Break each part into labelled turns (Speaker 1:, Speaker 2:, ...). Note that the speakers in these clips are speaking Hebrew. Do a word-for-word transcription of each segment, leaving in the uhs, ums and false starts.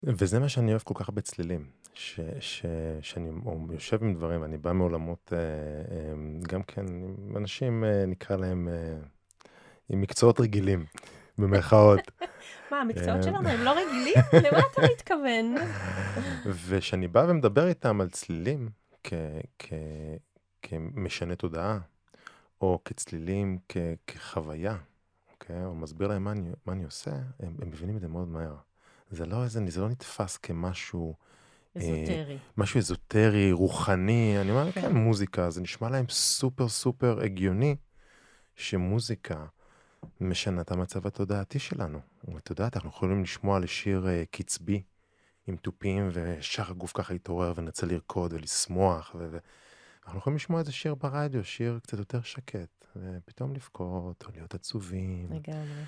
Speaker 1: וזה מה שאני אוהב כל כך בצלילים, ש, ש, שאני יושב עם דברים, אני בא מעולמות, גם כן, אנשים נקרא להם, עם מקצועות רגילים, במרכאות.
Speaker 2: מה, המקצועות שלנו הם לא רגילים? למה אתה מתכוון?
Speaker 1: ושאני בא ומדבר איתם על צלילים כ, כ, כמשנה תודעה, או כצלילים כ, כחוויה, אוקיי? או מסביר להם מה אני, מה אני עושה, הם, הם מבינים את זה מאוד מהר. זה לא איזה, זה לא נתפס כמשהו...
Speaker 2: אזוטרי.
Speaker 1: אה, משהו אזוטרי, רוחני, אני אומר, כן, מוזיקה, זה נשמע להם סופר סופר הגיוני, שמוזיקה משנה את המצב התודעתי שלנו. ואת יודעת, אנחנו יכולים לשמוע לשיר אה, קצבי, עם טופים, ושאר הגוף ככה יתעורר, ונצא לרקוד ולשמוח, ו... ו... אנחנו יכולים לשמוע איזה שיר ברדיו, שיר קצת יותר שקט, ופתאום לבכות, או להיות עצובים.
Speaker 2: לגמרי.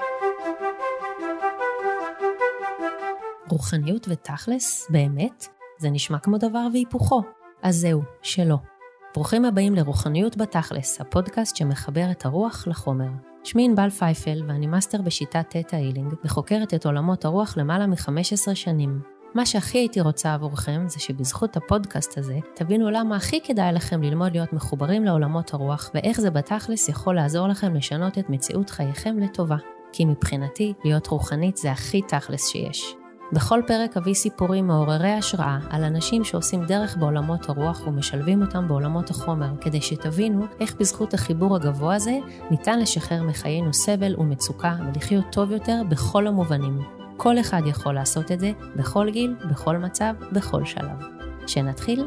Speaker 3: רוחניות ותכלס, באמת, זה נשמע כמו דבר והיפוכו. אז זהו, שלא. ברוכים הבאים לרוחניות בתכלס, הפודקאסט שמחבר את הרוח לחומר. שמי ענבל פייפל ואני מאסטר בשיטת תטא הילינג, וחוקרת את עולמות הרוח למעלה מ-חמש עשרה שנים. מה שהכי הייתי רוצה עבורכם זה שבזכות הפודקאסט הזה תבינו למה הכי כדאי לכם ללמוד להיות מחוברים לעולמות הרוח, ואיך זה בתכלס יכול לעזור לכם לשנות את מציאות חייכם לטובה. כי מבחינתי, להיות רוחנית זה הכי תכלס שיש. בכל פרק אביא סיפורים מעוררי השראה על אנשים שעושים דרך בעולמות הרוח ומשלבים אותם בעולמות החומר, כדי שתבינו איך בזכות החיבור הגבוה הזה ניתן לשחרר מחיינו סבל ומצוקה ולחיות טוב יותר בכל המובנים. כל אחד יכול לעשות את זה, בכל גיל, בכל מצב, בכל שלב. שנתחיל?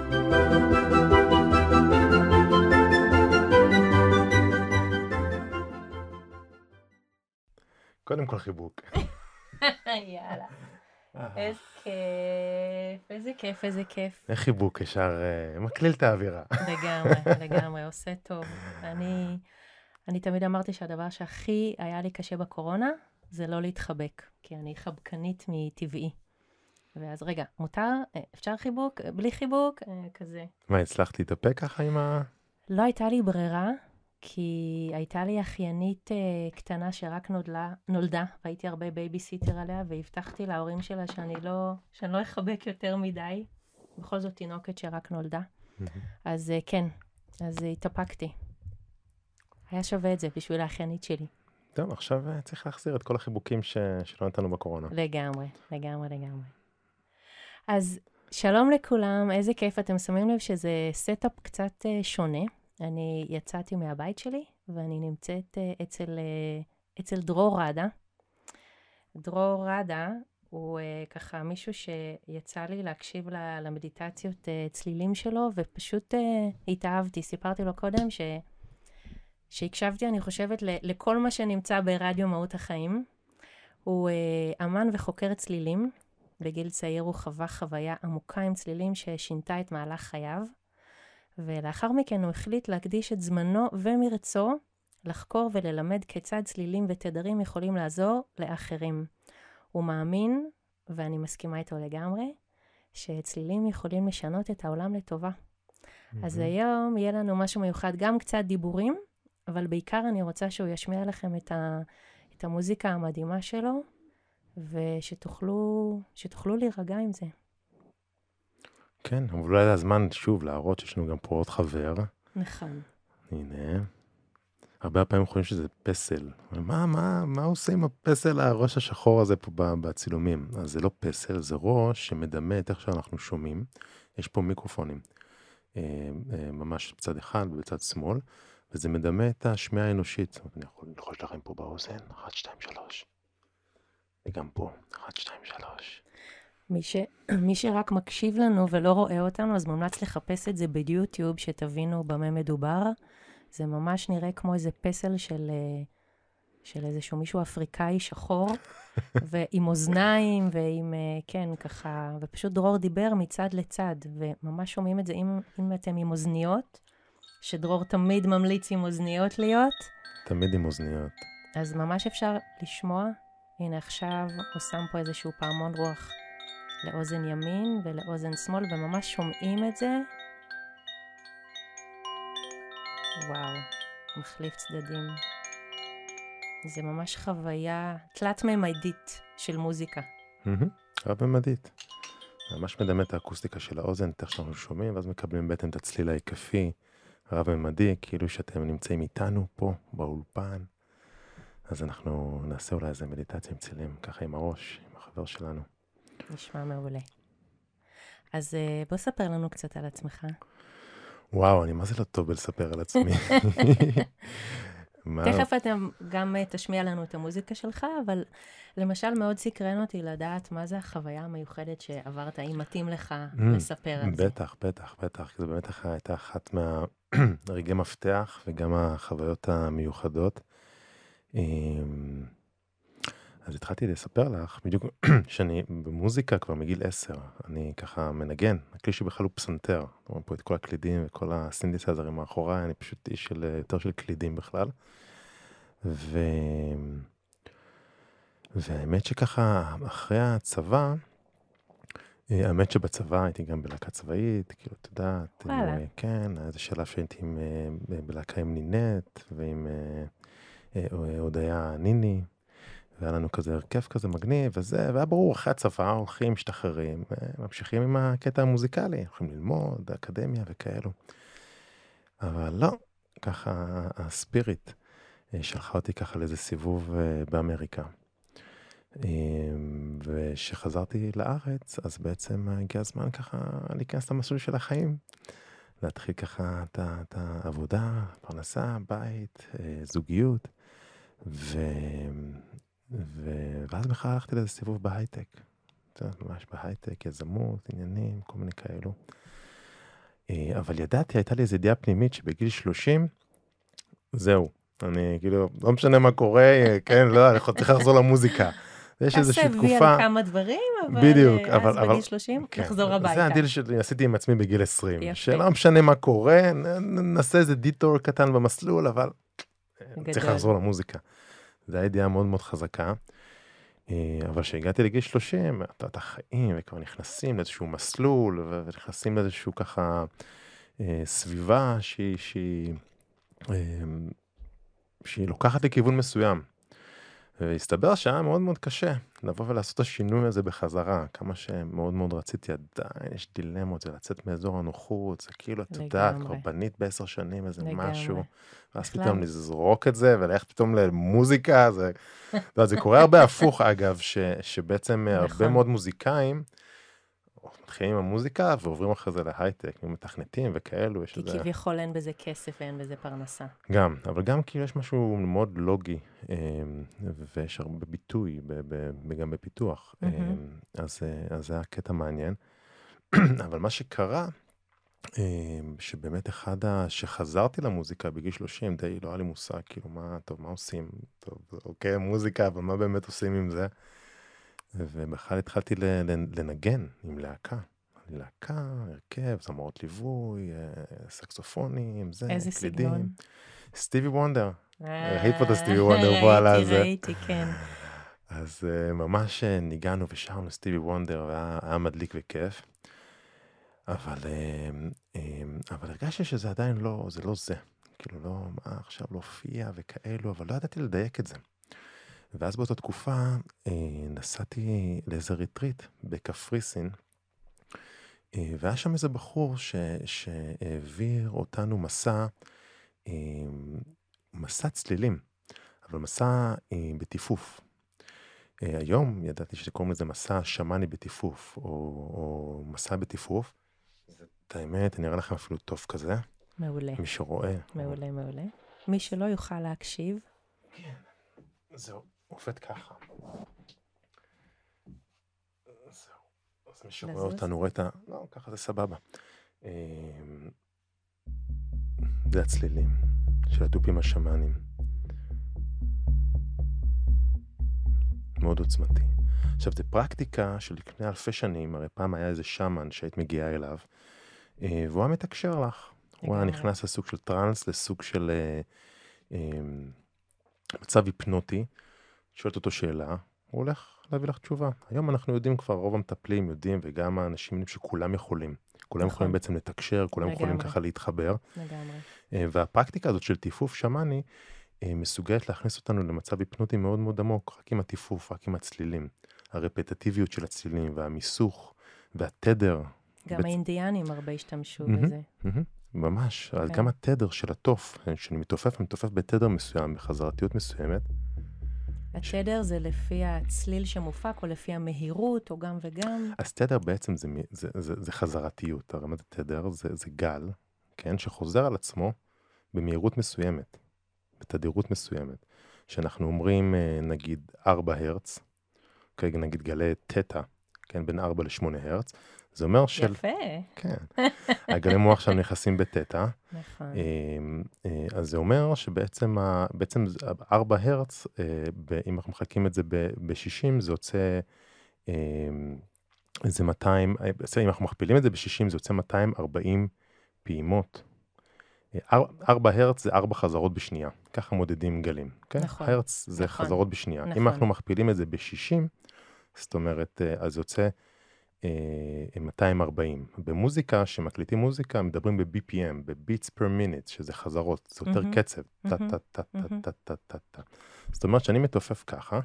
Speaker 1: קודם כל חיבוק.
Speaker 2: יאללה. איזה כיף, איזה כיף, איזה כיף.
Speaker 1: איך חיבוק ישר מקליל את האווירה.
Speaker 2: לגמרי, לגמרי, עושה טוב. אני, אני תמיד אמרתי שהדבר שהכי היה לי קשה בקורונה, זה לא להתחבק, כי אני חבקנית מטבעי. ואז רגע, מותר? אפשר חיבוק? בלי חיבוק? כזה.
Speaker 1: מה, הצלחת להתאפק ככה עם ה...
Speaker 2: לא הייתה לי ברירה, כי הייתה לי אחיינית uh, קטנה שרק נולדה, נולדה, והייתי הרבה בייביסיטר עליה, והבטחתי להורים שלה שאני לא, שאני לא אחבק יותר מדי. בכל זאת תינוקת שרק נולדה. אז uh, כן, אז uh, התאפקתי. היה שווה את זה בשביל האחיינית שלי.
Speaker 1: טוב, עכשיו uh, צריך להחזיר את כל החיבוקים ש... שלא נתנו בקורונה.
Speaker 2: לגמרי, לגמרי, לגמרי. אז שלום לכולם, איזה כיף. אתם שמים לב שזה סטאפ קצת uh, שונה. אני יצאתי מהבית שלי, ואני נמצאת uh, אצל, uh, אצל דרור רדה. דרור רדה הוא uh, ככה מישהו שיצא לי להקשיב ל- למדיטציות uh, צלילים שלו, ופשוט uh, התאהבתי. סיפרתי לו קודם ש... שהקשבתי, אני חושבת, ל- לכל מה שנמצא ברדיו מהות החיים. הוא uh, אמן וחוקר צלילים. בגיל צעיר הוא חווה חוויה עמוקה עם צלילים ששינתה את מהלך חייו. ולאחר מכן הוא החליט להקדיש את זמנו ומרצו לחקור וללמד כיצד צלילים ותדרים יכולים לעזור לאחרים. הוא מאמין, ואני מסכימה איתו לגמרי, שצלילים יכולים לשנות את העולם לטובה. Mm-hmm. אז היום יהיה לנו משהו מיוחד, גם קצת דיבורים, אבל בעיקר אני רוצה שהוא ישמיע לכם את, ה, את המוזיקה המדהימה שלו, ושתוכלו שתוכלו להירגע עם זה.
Speaker 1: כן, אבל אולי זה הזמן שוב להראות שיש לנו גם פה עוד חבר.
Speaker 2: נכון.
Speaker 1: הנה. הרבה פעמים חושבים שזה פסל. מה, מה, מה עושה עם הפסל הראש השחור הזה פה בצילומים? אז זה לא פסל, זה ראש שמדמה את איך שאנחנו שומעים. יש פה מיקרופונים. ממש בצד אחד ובצד שמאל, וזה מדמה את השמיעה האנושית. אני יכול ללחוש לכם פה באוזן, אחת, שתיים, שלוש. וגם פה, אחת, שתיים, שלוש.
Speaker 2: מי, ש... מי שרק מקשיב לנו ולא רואה אותנו, אז מומלץ לחפש את זה ביוטיוב, שתבינו במה מדובר. זה ממש נראה כמו איזה פסל של, של איזשהו מישהו אפריקאי שחור, ועם אוזניים, ועם, כן, ככה, ופשוט דרור דיבר מצד לצד, וממש שומעים את זה, אם, אם אתם עם אוזניות, שדרור תמיד ממליץ עם אוזניות להיות.
Speaker 1: תמיד עם אוזניות.
Speaker 2: אז ממש אפשר לשמוע. הנה עכשיו הוא שם פה איזשהו פעמון רוח לאוזן ימין ולאוזן שמאל, וממש שומעים את זה. וואו, מחליף צדדים. זה ממש חוויה תלת ממדית של מוזיקה.
Speaker 1: רב-ממדית. ממש מדמה את האקוסטיקה של האוזן, איך שאנחנו שומעים, ואז מקבלים בעצם את הצליל ההיקפי, רב-ממדי, כאילו שאתם נמצאים איתנו פה, באולפן. אז אנחנו נעשה אולי איזה מדיטציה עם צלילים, ככה עם הראש, עם החבר שלנו.
Speaker 2: נשמע מעולה. אז בוא ספר לנו קצת על עצמך.
Speaker 1: וואו, אני מה זה לא טוב בלספר על עצמי.
Speaker 2: תכף אתה גם תשמיע לנו את המוזיקה שלך, אבל למשל מאוד סקרן אותי לדעת מה זה החוויה המיוחדת שעברת, אם מתאים לך לספר על זה.
Speaker 1: בטח, בטח, בטח, כי זו באמת הייתה אחת מהרגעי מפתח וגם החוויות המיוחדות. אז התחלתי לספר לך, בדיוק שאני במוזיקה כבר מגיל עשר, אני ככה מנגן, הכלי שבכלל הוא פסנתר, רואים פה את כל הקלידים וכל הסינתסייזרים מאחוריי, אני פשוט איש של, יותר של קלידים בכלל, ו... והאמת שככה, אחרי הצבא, האמת שבצבא הייתי גם בלהקה צבאית, כאילו, אתה יודעת, כן, איזה שלב שהייתי עם, בלהקה עם נינט, ועם הודיה ניני, והיה לנו כזה הרכב כזה מגניב, וזה, והיה ברור, אחרי הצבא הולכים, משתחררים, ממשיכים עם הקטע המוזיקלי, הולכים ללמוד, האקדמיה וכאלו. אבל לא, ככה הספיריט שלחה אותי ככה לאיזה סיבוב באמריקה. ושחזרתי לארץ, אז בעצם הגיע הזמן ככה להיכנס למסלול של החיים. להתחיל ככה את העבודה, פרנסה, בית, זוגיות, ו... ו... ואז בכלל הלכתי לאיזה סיבוב בהייטק. ממש בהייטק, יזמות, עניינים, כל מיני כאלו. אבל ידעתי, הייתה לי איזו ידיעה פנימית שבגיל שלושים, זהו. אני כאילו, לא משנה מה קורה, כן, לא, אני צריך לחזור למוזיקה. יש איזושהי תקופה...
Speaker 2: תעשה וי על כמה דברים, אבל
Speaker 1: בדיוק,
Speaker 2: אז
Speaker 1: אבל,
Speaker 2: בגיל שלושים,
Speaker 1: כן,
Speaker 2: נחזור הביתה.
Speaker 1: זה הדיל שעשיתי עם עצמי בגיל עשרים.
Speaker 2: יפה.
Speaker 1: שלא משנה מה קורה, נעשה איזה דיטור קטן במסלול, אבל גדול. צריך לחזור למוזיקה. זו הידיעה מאוד מאוד חזקה. אבל כשהגעתי לגיל שלושים, את החיים, וכבר נכנסים לאיזשהו מסלול, ונכנסים לאיזשהו ככה סביבה שהיא, שהיא, שהיא לוקחת לכיוון מסוים. והסתבר שהיה מאוד מאוד קשה לבוא ולעשות את השינוי הזה בחזרה, כמה שמאוד מאוד רציתי, עדיין יש דילמות, זה לצאת מאזור הנוחות, זה כאילו, אתה יודעת, כבר בנית בעשר שנים איזה משהו, ואז פתאום לזרוק את זה, וללכת פתאום למוזיקה, זה, זה קורה הרבה הפוך אגב, ש, שבעצם הרבה מאוד מוזיקאים, מתחילים עם המוזיקה ועוברים אחרי זה להייטק, מתכנתים וכאלו.
Speaker 2: כי כביכול אין בזה כסף ואין בזה פרנסה.
Speaker 1: גם, אבל גם כאילו יש משהו מאוד לוגי, ויש הרבה ביטוי, גם בפיתוח. אז זה היה קטע מעניין. אבל מה שקרה, שבאמת אחד שחזרתי למוזיקה בגיל שלושים, די לא היה לי מושג, כאילו מה, טוב, מה עושים? טוב, אוקיי, מוזיקה, אבל מה באמת עושים עם זה? ובכלל התחלתי לנגן עם להקה. להקה, הרכב, זמרות ליווי, סקסופונים, זה,
Speaker 2: איזה
Speaker 1: קלידים.
Speaker 2: סגנון?
Speaker 1: סטיבי וונדר. ראית פה את הסטיבי וונדר פה על הזה.
Speaker 2: ראיתי, כן.
Speaker 1: אז ממש ניגענו ושרנו סטיבי וונדר, והיה מדליק וכיף. אבל, אבל הרגשתי שזה עדיין לא, זה לא זה. כאילו לא, מה עכשיו להופיע וכאלו, אבל לא ידעתי לדייק את זה. ואז באותה תקופה נסעתי לאיזה ריטריט בקפריסין, והיה שם איזה בחור ש, שהעביר אותנו מסע, מסע צלילים, אבל מסע בטיפוף. היום ידעתי שקוראים לזה מסע שמאני בטיפוף, או, או מסע בטיפוף. את האמת, אני אראה לכם אפילו טוב כזה.
Speaker 2: מעולה.
Speaker 1: מי שרואה.
Speaker 2: מעולה, מעולה. מי שלא יוכל להקשיב.
Speaker 1: כן, זהו. עובד ככה. זהו. אז מי שרואה אותנו, רואה את ה... לא, ככה זה סבבה. זה הצלילים של הטופים השמאנים. מאוד עוצמתי. עכשיו, זה פרקטיקה של לפני אלפי שנים, הרי פעם היה איזה שמן שהיית מגיעה אליו, והוא היה מתקשר לך. הוא היה נכנס לסוג של טרנס, לסוג של מצב היפנוטי, שואלת אותו שאלה, הוא הולך להביא לך תשובה. היום אנחנו יודעים כבר, רוב המטפלים יודעים, וגם האנשים יודעים שכולם יכולים. כולם יכולים בעצם לתקשר, כולם יכולים ככה להתחבר.
Speaker 2: לגמרי.
Speaker 1: והפרקטיקה הזאת של טיפוף שמאני, מסוגלת להכניס אותנו למצב היפנוטי מאוד מאוד עמוק, רק עם הטיפוף, רק עם הצלילים. הרפטטיביות של הצלילים והמיסוך והתדר.
Speaker 2: גם
Speaker 1: בצ...
Speaker 2: האינדיאנים הרבה השתמשו
Speaker 1: mm-hmm,
Speaker 2: בזה.
Speaker 1: Mm-hmm, ממש, okay. אז
Speaker 2: כן.
Speaker 1: גם התדר של התוף, שאני מתופף, אני מתופף בתדר מסוים, בחזרתיות מסוימת.
Speaker 2: התדר ש... זה לפי הצליל שמופק, או לפי המהירות, או גם וגם?
Speaker 1: אז תדר בעצם זה, זה, זה, זה חזרתיות, הרמת התדר זה, זה גל, כן, שחוזר על עצמו במהירות מסוימת, בתדירות מסוימת. שאנחנו אומרים, נגיד, ארבע הרץ, okay, נגיד גלי תטא, כן, בין ארבע לשמונה הרץ, זה אומר של...
Speaker 2: יפה.
Speaker 1: כן. הגלי מוח שם נכנסים בתטא.
Speaker 2: נכון.
Speaker 1: אז זה אומר שבעצם בעצם ארבע הרץ, אם אנחנו מחלקים את זה ב-שישים, זה יוצא איזה מאתיים, אם אנחנו מכפילים את זה ב-שישים, זה יוצא מאתיים וארבעים פעימות. ארבע הרץ זה ארבע חזרות בשנייה. ככה מודדים גלים.
Speaker 2: נכון.
Speaker 1: הרץ זה
Speaker 2: נכון.
Speaker 1: חזרות בשנייה.
Speaker 2: נכון.
Speaker 1: אם אנחנו מכפילים את זה ב-שישים, זאת אומרת, אז יוצא מאתיים וארבעים. במוזיקה, שמקליטים מוזיקה, מדברים ב-בי פי אם, ב-beats per minute, שזה חזרות, זה יותר קצב. טה-טה-טה-טה-טה-טה-טה. זאת אומרת שאני מתופף ככה,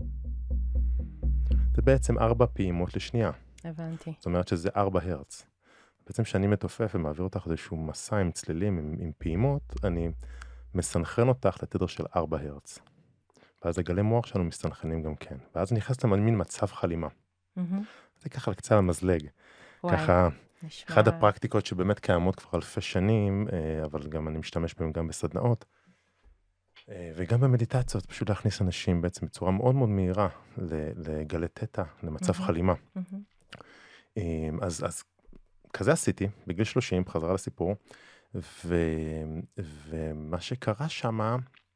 Speaker 1: זה בעצם ארבע פעימות לשנייה.
Speaker 2: הבנתי.
Speaker 1: זאת אומרת שזה ארבע הרץ. בעצם שאני מתופף ומעביר אותך איזשהו מסע עם צלילים, עם, עם פעימות, אני מסנכרן אותך לתדר של ארבע הרץ. ואז הגלי מוח שלנו מסתנכרנים גם כן. ואז נכנס למין מצב חלימה. זה ככה לקצה למזלג. ככה, אחד הפרקטיקות שבאמת קיימות כבר אלפי שנים, אבל גם אני משתמש בהם גם בסדנאות, וגם במדיטציות, פשוט להכניס אנשים בעצם בצורה מאוד מאוד מהירה לגלי תטא, למצב חלימה. אז, אז כזה עשיתי, בגיל שלושים, חזרה לסיפור, ו, ומה שקרה שמה,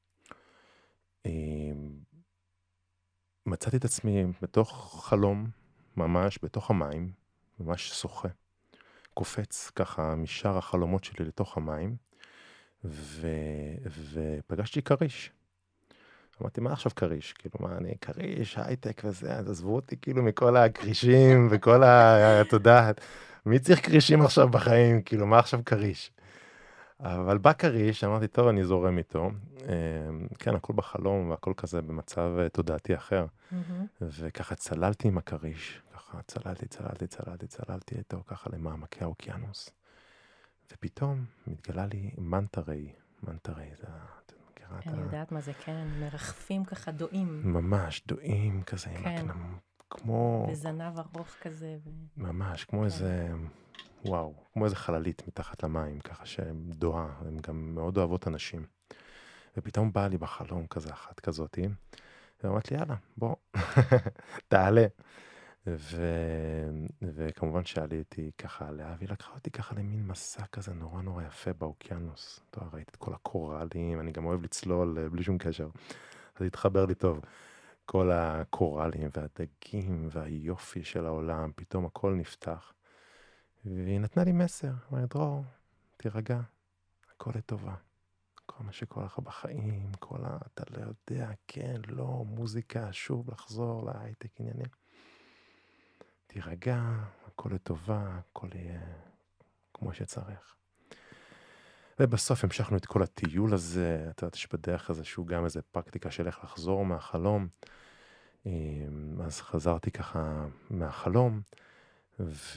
Speaker 1: מצאתי את עצמי בתוך חלום, ממש בתוך המים, ממש שוחה, קופץ ככה משאר החלומות שלי לתוך המים, ו... ופגשתי קריש. אמרתי, מה עכשיו קריש? כאילו, מה, אני קריש, הייטק וזה, אז עזבו אותי כאילו מכל הקרישים וכל ה... תודה, מי צריך קרישים עכשיו בחיים? כאילו, מה עכשיו קריש? אבל בא קריש, אמרתי, טוב, אני זורם איתו. כן, הכל בחלום והכל כזה במצב תודעתי אחר. וככה צללתי עם הקריש, ככה צללתי, צללתי, צללתי, צללתי איתו ככה למעמקי האוקיינוס. ופתאום מתגלה לי מנטרי, מנטרי, זה...
Speaker 2: אני יודעת מה זה, כן, מרחפים ככה דועים.
Speaker 1: ממש, דועים כזה,
Speaker 2: כן.
Speaker 1: כמו...
Speaker 2: וזנב ארוך כזה.
Speaker 1: ממש, כמו איזה... וואו, כמו איזה חללית מתחת למים, ככה שהן דועה, הן גם מאוד אוהבות אנשים. ופתאום באה לי בחלום כזה, אחת כזאתי, ואמרת לי, יאללה, בוא, תעלה. ו... וכמובן שעליתי ככה עליה, והיא לקחה אותי ככה למין מסע כזה נורא נורא יפה באוקיינוס. טוב, ראיתי את כל הקורלים, אני גם אוהב לצלול בלי שום קשר, אז התחבר לי טוב. כל הקורלים והדגים והיופי של העולם, פתאום הכל נפתח. והיא נתנה לי מסר, אמרת, דרור, תירגע, הכל לטובה. כל מה שקורה לך בחיים, כל ה... אתה לא יודע, כן, לא, מוזיקה, שוב לחזור להייטק עניינים. תירגע, הכל לטובה, הכל יהיה כמו שצריך. ובסוף המשכנו את כל הטיול הזה, אתה יודע, יש בדרך הזה שהוא גם איזה פרקטיקה של איך לחזור מהחלום. אז חזרתי ככה מהחלום, ו...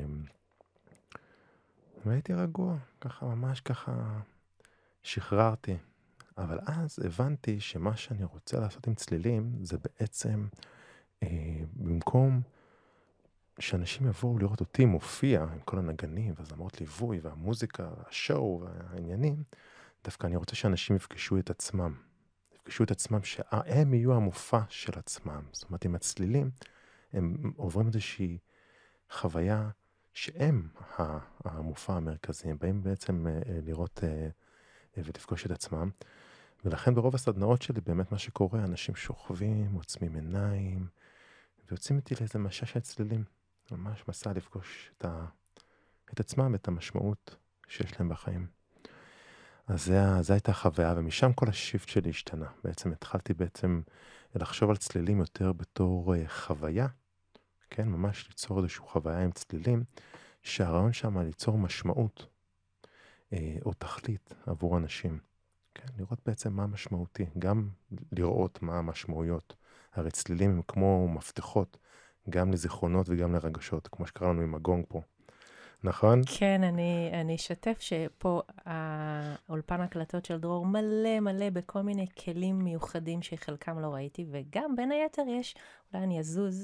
Speaker 1: והייתי רגוע, ככה ממש ככה שחררתי. אבל אז הבנתי שמה שאני רוצה לעשות עם צלילים זה בעצם אה, במקום שאנשים יבואו לראות אותי מופיע עם כל הנגנים והזמרות ליווי והמוזיקה והשואו והעניינים, דווקא אני רוצה שאנשים יפגשו את עצמם. יפגשו את עצמם שהם יהיו המופע של עצמם. זאת אומרת, עם הצלילים הם עוברים איזושהי חוויה שהם המופע המרכזי. הם באים בעצם לראות ולפגוש את עצמם. ולכן ברוב הסדנאות שלי באמת מה שקורה, אנשים שוכבים, עוצמים עיניים, ויוצאים איתי לאיזה משע של צלילים. ממש מסע לפגוש את, ה... את עצמם, את המשמעות שיש להם בחיים. אז זה, זה הייתה החוויה, ומשם כל השיפט שלי השתנה. בעצם התחלתי בעצם לחשוב על צלילים יותר בתור חוויה, כן, ממש ליצור איזושהי חוויה עם צלילים, שהרעיון שם ליצור משמעות, אה, או תכלית עבור אנשים. כן, לראות בעצם מה המשמעותי, גם לראות מה המשמעויות הרי צלילים הם כמו מפתחות, גם לזיכרונות וגם לרגשות, כמו שקרה לנו עם הגונג פה. נכון?
Speaker 2: כן, אני, אני אשתף שפה האולפן הקלטות של דרור מלא מלא בכל מיני כלים מיוחדים שחלקם לא ראיתי, וגם בין היתר יש, אולי אני אזוז.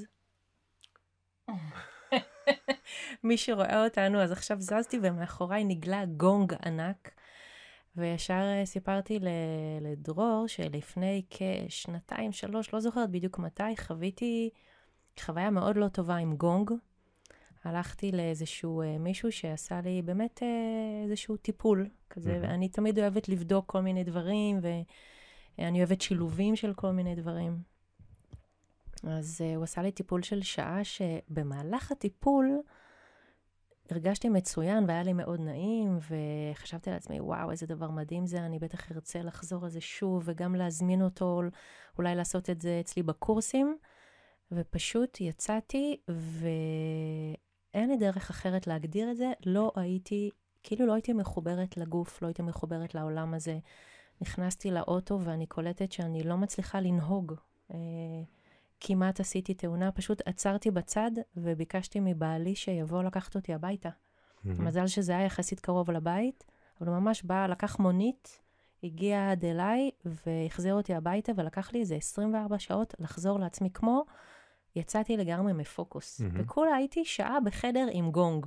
Speaker 2: מי שרואה אותנו, אז עכשיו זזתי ומאחוריי נגלה גונג ענק, וישר סיפרתי לדרור שלפני כשנתיים, שלוש, לא זוכרת בדיוק מתי, חוויתי חוויה מאוד לא טובה עם גונג. הלכתי לאיזשהו מישהו שעשה לי באמת איזשהו טיפול כזה, mm-hmm. ואני תמיד אוהבת לבדוק כל מיני דברים, ואני אוהבת שילובים של כל מיני דברים. אז הוא עשה לי טיפול של שעה, שבמהלך הטיפול הרגשתי מצוין, והיה לי מאוד נעים, וחשבתי לעצמי, וואו, איזה דבר מדהים זה, אני בטח ארצה לחזור על זה שוב, וגם להזמין אותו, אולי לעשות את זה אצלי בקורסים, ופשוט יצאתי, ואין לי דרך אחרת להגדיר את זה, לא הייתי, כאילו לא הייתי מחוברת לגוף, לא הייתי מחוברת לעולם הזה. נכנסתי לאוטו, ואני קולטת שאני לא מצליחה לנהוג. כמעט עשיתי תאונה, פשוט עצרתי בצד, וביקשתי מבעלי שיבוא לקחת אותי הביתה. Mm-hmm. מזל שזה היה יחסית קרוב לבית, אבל הוא ממש בא, לקח מונית, הגיע עד אליי, והחזיר אותי הביתה, ולקח לי איזה עשרים וארבע שעות לחזור לעצמי כמו, יצאתי לגמרי מפוקוס. Mm-hmm. וכולה הייתי שעה בחדר עם גונג.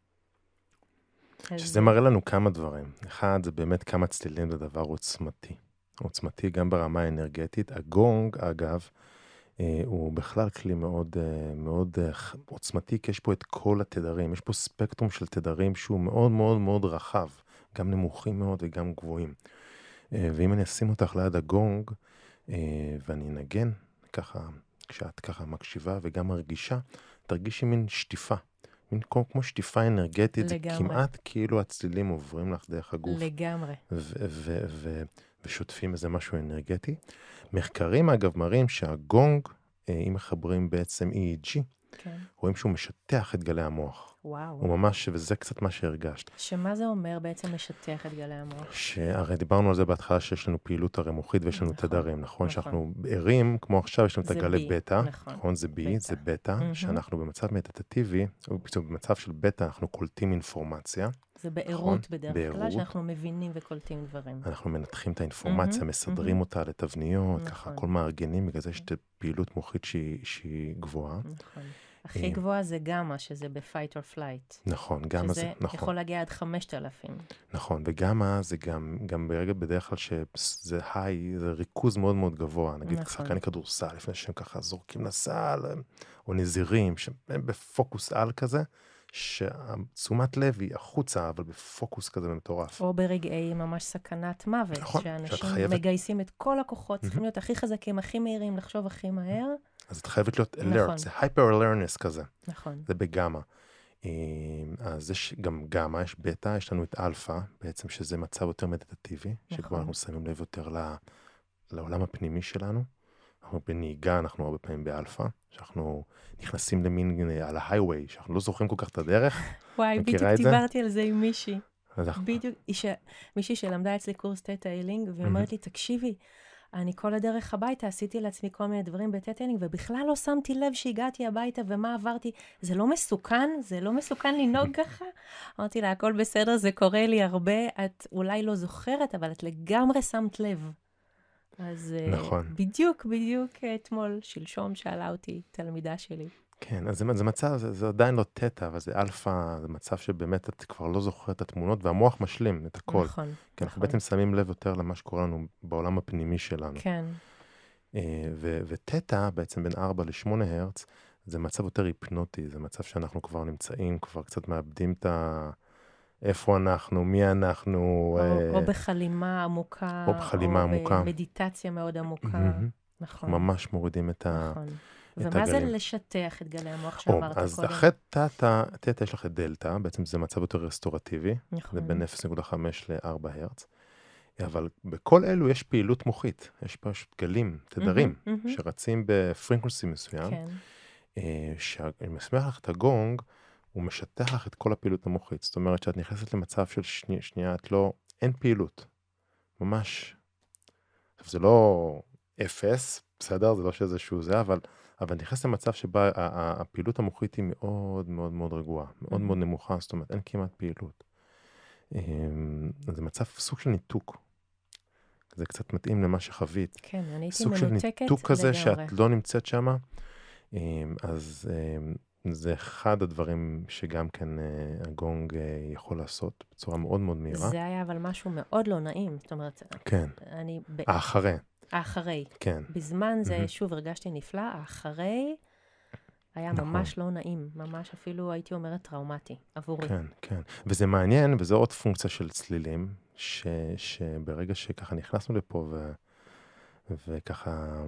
Speaker 1: שזה מראה לנו כמה דברים. אחד, זה באמת כמה צלילים זה דבר עוצמתי. עוצמתי גם ברמה האנרגטית. הגונג, אגב, הוא בכלל כלי מאוד, מאוד עוצמתי, כי יש פה את כל התדרים. יש פה ספקטרום של תדרים שהוא מאוד מאוד מאוד רחב, גם נמוכים מאוד וגם גבוהים. ואם אני אשים אותך ליד הגונג, ואני אנגן, ככה, כשאת ככה מקשיבה וגם מרגישה, תרגישי מין שטיפה. מין כמו, כמו שטיפה אנרגטית, זה כמעט כאילו הצלילים עוברים לך דרך הגוף.
Speaker 2: לגמרי.
Speaker 1: ו- ו- ו- ושוטפים איזה משהו אנרגטי. מחקרים אגב מראים שהגונג, אם מחברים בעצם E E G, כן. רואים שהוא משטח את גלי המוח.
Speaker 2: וואו.
Speaker 1: הוא ממש, וזה קצת מה שהרגשת.
Speaker 2: שמה זה אומר בעצם משטח את גלי המוח?
Speaker 1: שהרי דיברנו על זה בהתחלה שיש לנו פעילות הרי מוחית ויש לנו נכון, תדרים, נכון? נכון. שאנחנו ערים, כמו עכשיו יש לנו את הגלי בטא, נכון, נכון? זה בי, זה בטא, mm-hmm. שאנחנו במצב מדיטטיבי, או במצב של בטא אנחנו קולטים אינפורמציה.
Speaker 2: זה בעירות נכון? בדרך בעירות. כלל שאנחנו מבינים וקולטים דברים.
Speaker 1: אנחנו מנתחים את האינפורמציה, mm-hmm. מסדרים mm-hmm. אותה לתבניות, נכון. ככה, כל מארגנים, בגלל זה יש פעילות מוחית שהיא, שהיא גבוהה.
Speaker 2: נכון. הכי גבוה זה גמא, שזה ב-fight or flight.
Speaker 1: נכון, גמא זה, נכון.
Speaker 2: שזה יכול להגיע עד חמשת אלפים.
Speaker 1: נכון, וגמא זה גם, גם ברגע בדרך כלל שזה היי, זה ריכוז מאוד מאוד גבוה. נגיד, נכון. שחקני כדורסל, לפני שהם ככה זורקים לסל, או נזירים, שהם בפוקוס על כזה, שהתשומת לב היא החוצה, אבל בפוקוס כזה מטורף.
Speaker 2: או ברגעי ממש סכנת מוות,
Speaker 1: נכון,
Speaker 2: שאנשים מגייסים את כל הכוחות, צריכים להיות הכי חזקים, הכי מהירים, לחשוב הכי מהר.
Speaker 1: אז את חייבת להיות alert, נכון. זה hyper-awareness כזה.
Speaker 2: נכון.
Speaker 1: זה בגמא. אז יש גם גמא, יש בטא, יש לנו את אלפא, בעצם שזה מצב יותר מדיטטיבי, נכון. שבו אנחנו שמים לב יותר לעולם הפנימי שלנו. אנחנו בנהיגה, אנחנו הרבה פעמים באלפא, שאנחנו נכנסים למין על ההייווי, שאנחנו לא זוכרים כל כך את הדרך.
Speaker 2: וואי, בדיוק דיברתי על זה עם מישהי. בדיוק, מישהי שלמדה אצלי קורס תטא הילינג, והיא אומרת לי, תקשיבי, אני כל הדרך הביתה עשיתי לעצמי כל מיני דברים בתטא הילינג, ובכלל לא שמתי לב שהגעתי הביתה ומה עברתי. זה לא מסוכן? זה לא מסוכן לנהוג ככה? אמרתי לה, הכל בסדר, זה קורה לי הרבה, את אולי לא זוכרת, אבל את לגמרי שמת לב. אז נכון. בדיוק, בדיוק אתמול, שלשום שאלה אותי תלמידה שלי.
Speaker 1: כן, אז זה, זה מצב, זה, זה עדיין לא תטא, אבל זה אלפא, זה מצב שבאמת את כבר לא זוכרת את התמונות, והמוח משלים את הכל.
Speaker 2: נכון,
Speaker 1: כי
Speaker 2: נכון.
Speaker 1: אנחנו בעצם שמים לב יותר למה שקורה לנו בעולם הפנימי שלנו.
Speaker 2: כן.
Speaker 1: ו- ותטא, בעצם בין ארבע לשמונה הרץ, זה מצב יותר היפנוטי, זה מצב שאנחנו כבר נמצאים, כבר קצת מאבדים את ה... איפה אנחנו, מי אנחנו.
Speaker 2: או, אה... או בחלימה עמוקה.
Speaker 1: או בחלימה או עמוקה.
Speaker 2: או במדיטציה מאוד עמוקה. נכון.
Speaker 1: ממש מורידים את ה...
Speaker 2: נכון. ומה זה לשטח את גלי המוח שאמרת קודם?
Speaker 1: אז אחרי תטא, תטא יש לך את דלתא, בעצם זה מצב יותר רסטורטיבי, זה בין אפס נקודה חמש לארבע הרץ, אבל בכל אלו יש פעילות מוחית, יש פשוט גלים, תדרים, שרצים בפריקונסי מסוים, שאני מסמך לך את הגונג, הוא משטח לך את כל הפעילות המוחית, זאת אומרת שאת נכנסת למצב של שנייה, את לא, אין פעילות, ממש, זה לא... אפס, בסדר? זה לא שזה שהוא זה, אבל, אבל נכנס למצב שבה הפעילות המוחית היא מאוד מאוד מאוד רגועה, מאוד מאוד נמוכה, זאת אומרת, אין כמעט פעילות. זה מצב סוג של ניתוק. זה קצת מתאים למה שחווית.
Speaker 2: כן, אני הייתי
Speaker 1: סוג של
Speaker 2: מנותקת
Speaker 1: ניתוק כזה
Speaker 2: לגמרי.
Speaker 1: שאת לא נמצאת שמה, אז זה אחד הדברים שגם כן הגונג יכול לעשות בצורה מאוד מאוד מהירה.
Speaker 2: זה היה אבל משהו מאוד לא נעים, זאת אומרת,
Speaker 1: כן,
Speaker 2: אני... ב...
Speaker 1: האחרי.
Speaker 2: האחרי.
Speaker 1: כן.
Speaker 2: בזמן זה,
Speaker 1: מהמם.
Speaker 2: שוב, הרגשתי נפלא, האחרי היה
Speaker 1: נכון.
Speaker 2: ממש לא נעים, ממש אפילו הייתי אומרת טראומטי עבורי.
Speaker 1: כן, כן. וזה מעניין, וזו עוד פונקציה של צלילים, ש, שברגע שככה נכנסנו לפה, ו, וככה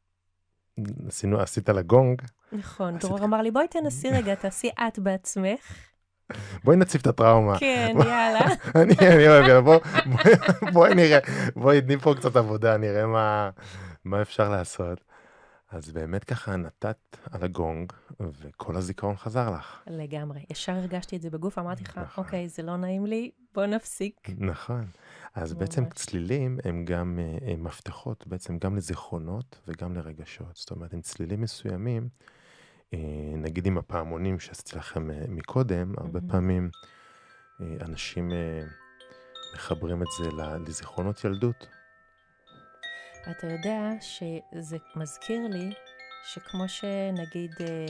Speaker 1: עשינו, עשית לגונג,
Speaker 2: נכון,
Speaker 1: עשית-
Speaker 2: דרור אמר לי, בואי תנסי רגע, תעשי את בעצמך.
Speaker 1: בואי נציף את הטראומה.
Speaker 2: כן, יאללה.
Speaker 1: אני, אני אוהב, יאללה, בוא, בוא, בואי נראה, בואי תני פה קצת עבודה, נראה מה, מה אפשר לעשות. אז באמת ככה נתת על הגונג, וכל הזיכרון חזר לך.
Speaker 2: לגמרי. ישר הרגשתי את זה בגוף, אמרתי לך,
Speaker 1: נכון.
Speaker 2: אוקיי, זה לא נעים לי, בוא נפסיק.
Speaker 1: נכון. אז
Speaker 2: ממש.
Speaker 1: בעצם צלילים הם גם אה, הם מפתחות בעצם גם לזיכרונות וגם לרגשות. זאת אומרת, עם צלילים מסוימים, אה, נגיד עם הפעמונים שעשיתי לכם אה, מקודם, הרבה
Speaker 2: מהמם.
Speaker 1: פעמים אה, אנשים אה, מחברים את זה ל- לזיכרונות ילדות.
Speaker 2: אתה יודע שזה מזכיר לי שכמו שנגיד, אה,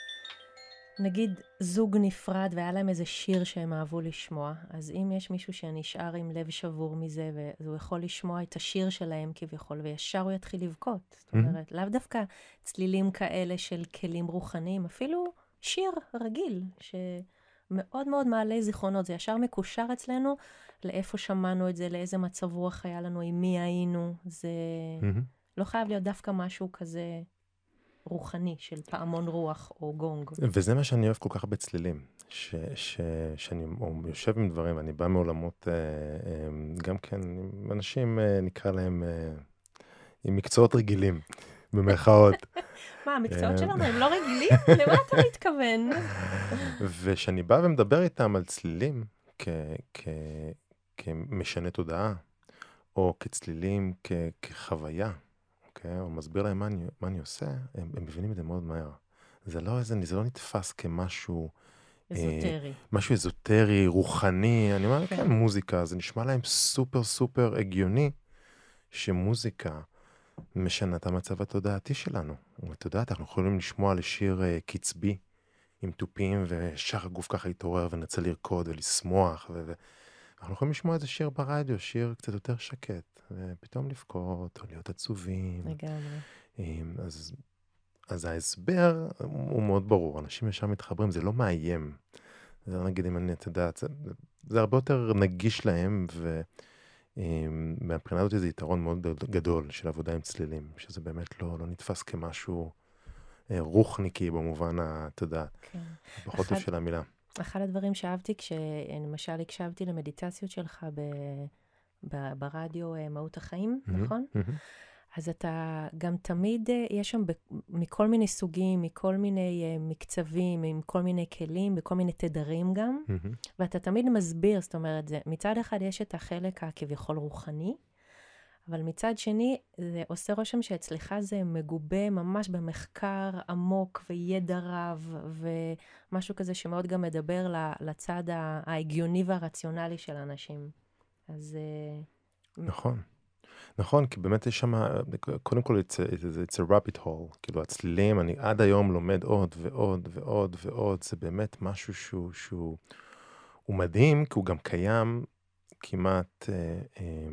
Speaker 2: נגיד זוג נפרד והיה להם איזה שיר שהם אהבו לשמוע, אז אם יש מישהו שנשאר עם לב שבור מזה, אז הוא יכול לשמוע את השיר שלהם כביכול, וישר הוא יתחיל לבכות. זאת אומרת, לאו דווקא צלילים כאלה של כלים רוחניים, אפילו שיר רגיל, שמאוד מאוד מעלה זיכרונות. זה ישר מקושר אצלנו לאיפה שמענו את זה, לאיזה מצב רוח היה לנו, עם מי היינו. זה
Speaker 1: מהמם.
Speaker 2: לא חייב להיות דווקא משהו כזה רוחני, של פעמון רוח או גונג.
Speaker 1: וזה מה שאני אוהב כל כך בצלילים, ש, ש, שאני יושב עם דברים, אני בא מעולמות, אה, אה, גם כן, עם אנשים, אה, נקרא להם, אה, עם מקצועות רגילים, במרכאות.
Speaker 2: מה, המקצועות
Speaker 1: אה,
Speaker 2: שלנו הם לא רגילים? למה אתה מתכוון?
Speaker 1: ושאני בא ומדבר איתם על צלילים כ, כ, כמשנה תודעה, או כצלילים כ, כחוויה, אוקיי? או מסביר להם מה אני, מה אני עושה, הם, הם מבינים את זה מאוד מהר. זה לא איזה, זה לא נתפס כמשהו,
Speaker 2: אזוטרי.
Speaker 1: משהו אזוטרי, רוחני. אני אומר,
Speaker 2: כן.
Speaker 1: כן, מוזיקה, זה נשמע להם סופר סופר הגיוני, שמוזיקה משנה את המצב התודעתי שלנו. ואת יודעת, אנחנו יכולים לשמוע לשיר uh, קצבי, עם טופים, ושאר הגוף ככה יתעורר, ונצא לרקוד ולשמוח, ו... ו... אנחנו יכולים לשמוע איזה שיר ברדיו, שיר קצת יותר שקט, ופתאום לבכות, או להיות עצובים.
Speaker 2: לגמרי.
Speaker 1: אמ, אז, אז ההסבר הוא מאוד ברור, אנשים ישר מתחברים, זה לא מאיים. זה נגיד, אם אני, אתה יודע, זה, זה הרבה יותר נגיש להם, ומהבחינה הזאת זה יתרון מאוד גדול של עבודה עם צלילים, שזה באמת לא, לא נתפס כמשהו אה, רוחניקי במובן, ה- אתה יודע,
Speaker 2: כן.
Speaker 1: פחות טוב
Speaker 2: אחד-
Speaker 1: של המילה.
Speaker 2: אחד הדברים שאהבתי, כשלמשל הקשבתי למדיטציות שלך ב, ב, ברדיו אה, מהות החיים, נכון?
Speaker 1: מהמם.
Speaker 2: אז אתה גם תמיד, אה, יש שם ב, מכל מיני סוגים, מכל מיני אה, מקצבים, עם כל מיני כלים, בכל מיני תדרים גם,
Speaker 1: מהמם.
Speaker 2: ואתה תמיד מסביר, זאת אומרת, זה, מצד אחד יש את החלק הכביכול רוחני, אבל מצד שני, זה עושה רושם שאצלך זה מגובה ממש במחקר עמוק וידע רב, ומשהו כזה שמאוד גם מדבר ל- לצד ה- ההגיוני והרציונלי של האנשים. אז אה,
Speaker 1: נכון. נכון, כי באמת יש שם, קודם כל, it's a, it's a rabbit hole, כאילו הצלילים, אני עד היום לומד עוד ועוד ועוד ועוד, זה באמת משהו שהוא, שהוא הוא מדהים, כי הוא גם קיים כמעט, אה, אה,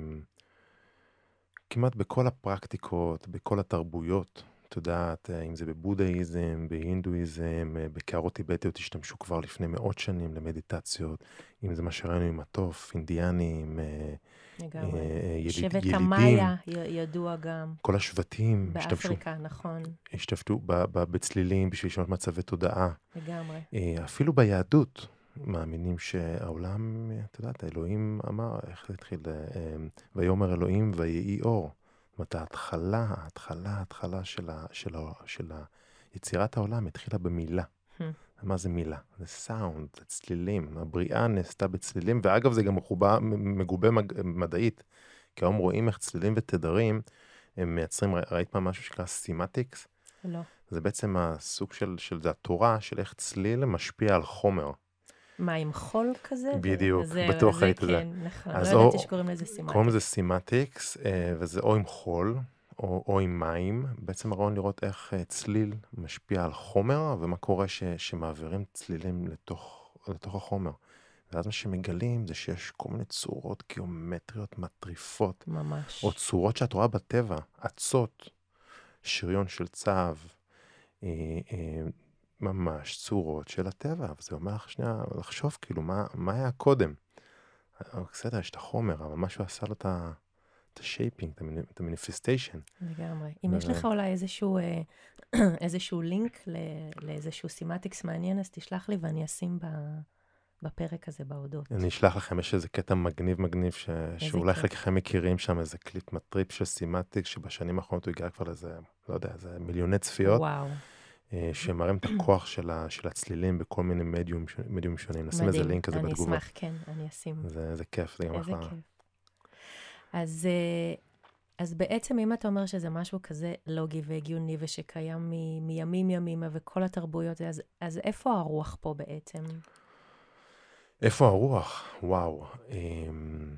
Speaker 1: כמעט בכל הפרקטיקות, בכל התרבויות, את יודעת, אה, אם זה בבודהיזם, בהינדואיזם, אה, בקערות טיבטיות השתמשו כבר לפני מאות שנים למדיטציות, אם זה מה שראינו עם הטוף, אינדיאנים, אה,
Speaker 2: לגמרי.
Speaker 1: אה, יליד,
Speaker 2: שבט
Speaker 1: ילידים,
Speaker 2: המאיה י- ידוע גם
Speaker 1: כל השבטים השתמשו,
Speaker 2: באפריקה, נכון,
Speaker 1: השתמשו ב- ב- בצלילים בשביל לשנות מצבי תודעה.
Speaker 2: לגמרי.
Speaker 1: אה, אפילו ביהדות מאמינים שהעולם, אתה יודעת, האלוהים אמר, איך זה התחיל, אה, ויאמר אלוהים ויהי אור. זאת אומרת, ההתחלה, ההתחלה, ההתחלה של, ה, של, ה, של ה, יצירת העולם התחילה במילה.
Speaker 2: Hmm.
Speaker 1: מה זה מילה? זה סאונד, זה צלילים. הבריאה נעשתה בצלילים, ואגב זה גם מחובה, מגובה מג- מדעית, כי היום רואים איך צלילים ותדרים הם מייצרים, ראית פעם משהו שקרה סימטיקס?
Speaker 2: לא.
Speaker 1: זה בעצם הסוג של, של זה התורה של איך צליל משפיע על חומר.
Speaker 2: מה, עם חול כזה?
Speaker 1: בדיוק,
Speaker 2: זה,
Speaker 1: בטוח
Speaker 2: זה
Speaker 1: ראית את זה.
Speaker 2: כן, נכון.
Speaker 1: אז
Speaker 2: לא
Speaker 1: או-
Speaker 2: ידעתי שקוראים לזה סימטיקס.
Speaker 1: קוראים לזה סימטיקס, וזה או עם חול, או, או עם מים. בעצם הרעיון לראות איך אה, צליל משפיע על חומר, ומה קורה ש, שמעבירים צלילים לתוך, לתוך החומר. ואז מה שמגלים זה שיש כל מיני צורות גיאומטריות מטריפות,
Speaker 2: ממש.
Speaker 1: או צורות שאת רואה בטבע, עצות, שריון של צב, אה, אה, ממש צורות של הטבע. וזה אומר לך שנייה לחשוב כאילו מה, מה היה קודם. בסדר, יש את החומר, אבל משהו עשה לו את ה... את השייפינג, את המניפיסטיישן.
Speaker 2: לגמרי. אם יש לך אולי איזשהו, אה, איזשהו לינק ל- לאיזשהו סימטיקס מעניין, אז תשלח לי ואני אשים ב- בפרק הזה בהודות.
Speaker 1: אני אשלח לכם, יש איזה קטע מגניב מגניב, ש... שאולי
Speaker 2: כיף.
Speaker 1: חלקכם מכירים שם, איזה קליפ מטריפ של סימטיקס, שבשנים האחרונות הוא הגיע כבר לאיזה, לא יודע, איזה מיליוני צפיות,
Speaker 2: וואו.
Speaker 1: אה, שמראים את הכוח של, ה... של הצלילים בכל מיני מדיום, ש- מדיום שונים. נשים איזה לינק כזה
Speaker 2: אני
Speaker 1: בתגובה.
Speaker 2: אשמח, כן, אני אשים.
Speaker 1: זה, זה כיף, זה גם
Speaker 2: איזה
Speaker 1: אחלה.
Speaker 2: כיף. אז, אה, אז בעצם אם אתה אומר שזה משהו כזה לוגי והגיוני ושקיים מ- מימים ימימה וכל התרבויות, אז, אז איפה הרוח פה בעצם?
Speaker 1: איפה הרוח? וואו. אמ,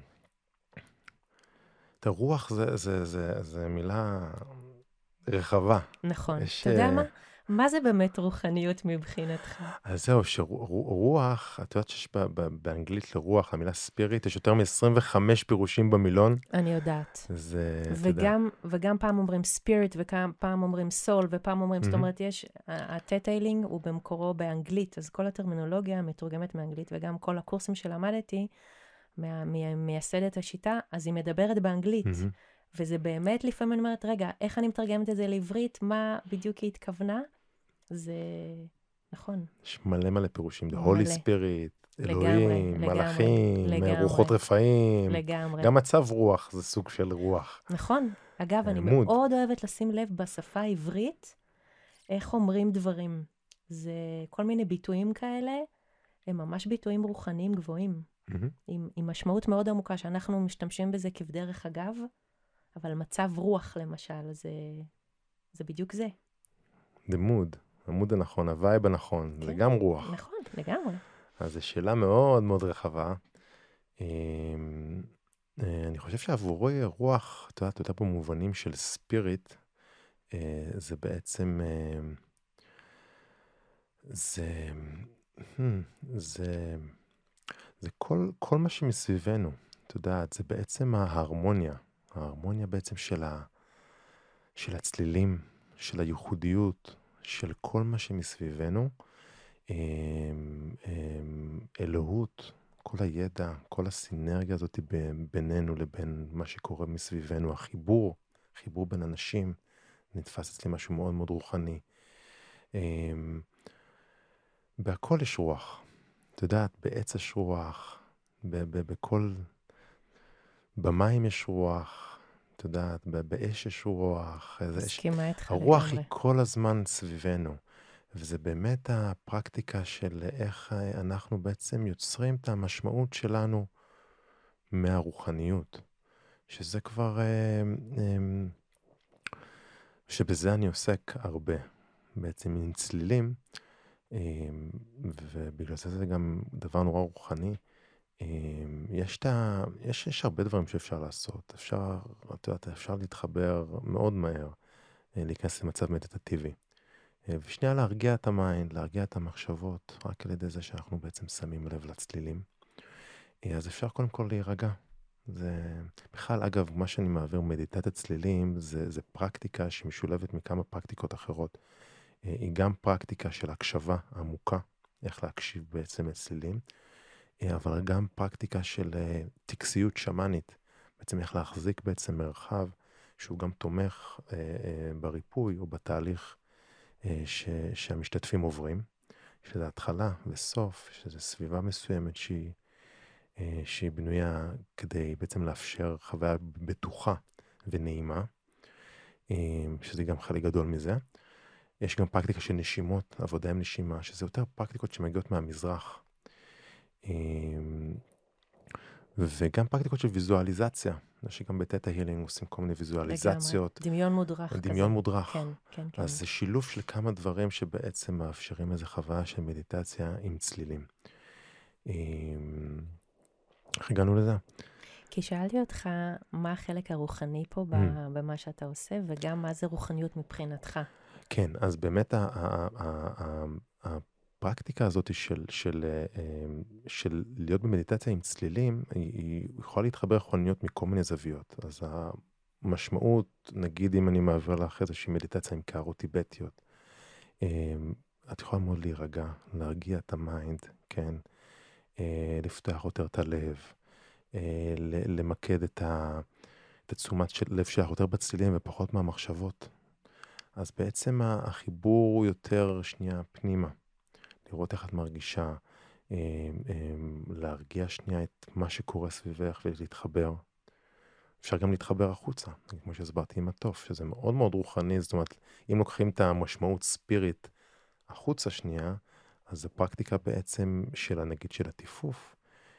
Speaker 1: את הרוח זה, זה, זה, זה מילה רחבה.
Speaker 2: נכון.
Speaker 1: יש,
Speaker 2: אתה יודע
Speaker 1: אה,
Speaker 2: מה? מה זה באמת רוחניות מבחינתך?
Speaker 1: אז זהו, שרוח, את יודעת שיש ב- ב- באנגלית לרוח, המילה ספיריט, יש יותר מ-עשרים וחמישה פירושים במילון.
Speaker 2: אני יודעת.
Speaker 1: זה, אתה יודע,
Speaker 2: וגם, וגם פעם אומרים ספיריט, ופעם אומרים סול, ופעם אומרים, זאת
Speaker 1: מהמם.
Speaker 2: אומרת, יש, הטטיילינג הוא במקורו באנגלית, אז כל הטרמינולוגיה מתורגמת מאנגלית, וגם כל הקורסים שלמדתי, מה- מ- מייסדת השיטה, אז היא מדברת באנגלית.
Speaker 1: מהמם.
Speaker 2: וזה באמת, לפעמים אני אומרת, רגע, איך אני מתרגמת את זה לעברית? מה בדיוק היא התכוונה? זה נכון.
Speaker 1: יש מלא מלא פירושים, The
Speaker 2: מלא.
Speaker 1: Holy Spirit,
Speaker 2: לגמרי,
Speaker 1: אלוהים,
Speaker 2: לגמרי,
Speaker 1: מלאכים,
Speaker 2: לגמרי.
Speaker 1: רוחות רפאים,
Speaker 2: לגמרי.
Speaker 1: גם מצב רוח זה סוג של רוח.
Speaker 2: נכון. אגב, אני
Speaker 1: מוד.
Speaker 2: מאוד אוהבת לשים לב בשפה העברית, איך אומרים דברים. זה כל מיני ביטויים כאלה, הם ממש ביטויים רוחניים גבוהים,
Speaker 1: מהמם.
Speaker 2: עם, עם משמעות מאוד עמוקה, שאנחנו משתמשים בזה כבדרך אגב, אבל מצב רוח למשל, זה, זה בדיוק זה.
Speaker 1: The mood, המוד הנכון, הווייב הנכון, זה
Speaker 2: כן.
Speaker 1: גם רוח.
Speaker 2: נכון, לגמרי.
Speaker 1: אז זו שאלה מאוד מאוד רחבה. אמ, אה, אני חושב שעבורי רוח, אתה יודע, אתה יודע, במובנים של ספיריט, אה, זה בעצם, אה, זה, hmm, זה, זה כל, כל מה שמסביבנו, אתה יודע, זה בעצם ההרמוניה, ההרמוניה בעצם של, ה, של הצלילים, של הייחודיות, של כל מה שמסביבנו, אמ, אמ, אלוהות, כל הידע, כל הסינרגיה הזאת ב- בינינו לבין מה שקורה מסביבנו, החיבור, חיבור בין אנשים, נתפס אצלי משהו מאוד מאוד רוחני. אמ, בהכל יש רוח, את יודעת, בעץ יש רוח, ב- ב- בכל, במים יש רוח, את יודעת, ב- באש יש רוח, איזה- יש-
Speaker 2: מסכימה איתך
Speaker 1: הרוח
Speaker 2: לגמרי.
Speaker 1: היא כל הזמן סביבנו. וזה באמת הפרקטיקה של איך אנחנו בעצם יוצרים את המשמעות שלנו מהרוחניות. שזה כבר, אה, אה, שבזה אני עוסק הרבה, בעצם עם צלילים, אה, ובגלל זה זה גם דבר נורא רוחני. אה, יש, את ה, יש, יש הרבה דברים שאפשר לעשות. אפשר, את יודעת, אפשר להתחבר מאוד מהר, אה, להיכנס למצב מדיטטיבי. ושנייה להרגיע את המיינד, להרגיע את המחשבות, רק על ידי זה שאנחנו בעצם שמים לב לצלילים. אז אפשר קודם כל להירגע. זה, בכלל, אגב, מה שאני מעביר מדיטת הצלילים, זה, זה פרקטיקה שמשולבת מכמה פרקטיקות אחרות. היא גם פרקטיקה של הקשבה עמוקה, איך להקשיב בעצם לצלילים, אבל גם פרקטיקה של טקסיות שמאנית, בעצם איך להחזיק בעצם מרחב, שהוא גם תומך בריפוי או בתהליך ש, שהמשתתפים עוברים, שזה התחלה וסוף, שזה סביבה מסוימת שהיא, שהיא בנויה כדי בעצם לאפשר חוויה בטוחה ונעימה, שזה גם חלק גדול מזה. יש גם פרקטיקה של נשימות, עבודה עם נשימה, שזה יותר פרקטיקות שמגיעות מהמזרח. וגם פרקטיקות של ויזואליזציה. יש גם בתטא הילינג עושים כל מיני ויזואליזציות.
Speaker 2: לגמרי, דמיון מודרך כזה.
Speaker 1: דמיון מודרך.
Speaker 2: כן, כן, כן.
Speaker 1: אז זה שילוב של כמה דברים שבעצם מאפשרים איזו חוויה של מדיטציה עם צלילים. איך הגענו לזה?
Speaker 2: כי שאלתי אותך מה החלק הרוחני פה במה שאתה עושה, וגם מה זה רוחניות מבחינתך.
Speaker 1: כן, אז באמת הפרקטיקה הזאת של, של, של להיות במדיטציה עם צלילים, היא יכולה להתחבר רוחניות מכל מיני זוויות. אז המשמעות, נגיד אם אני מעביר לך איזושהי מדיטציה עם קערות טיבטיות, את יכולה מאוד להירגע, להרגיע את המיינד, כן? לפתוח יותר את הלב, למקד את התשומת לב שלך יותר בצלילים ופחות מהמחשבות. אז בעצם החיבור הוא יותר שנייה פנימה, לראות איך את מרגישה, להרגיע שנייה את מה שקורה סביבך ולהתחבר. אפשר גם להתחבר החוצה, כמו שהסברתי עם התוף, שזה מאוד מאוד רוחני, זאת אומרת, אם לוקחים את המשמעות ספיריט החוצה שנייה, אז הפרקטיקה בעצם של, נגיד, של הטיפוף,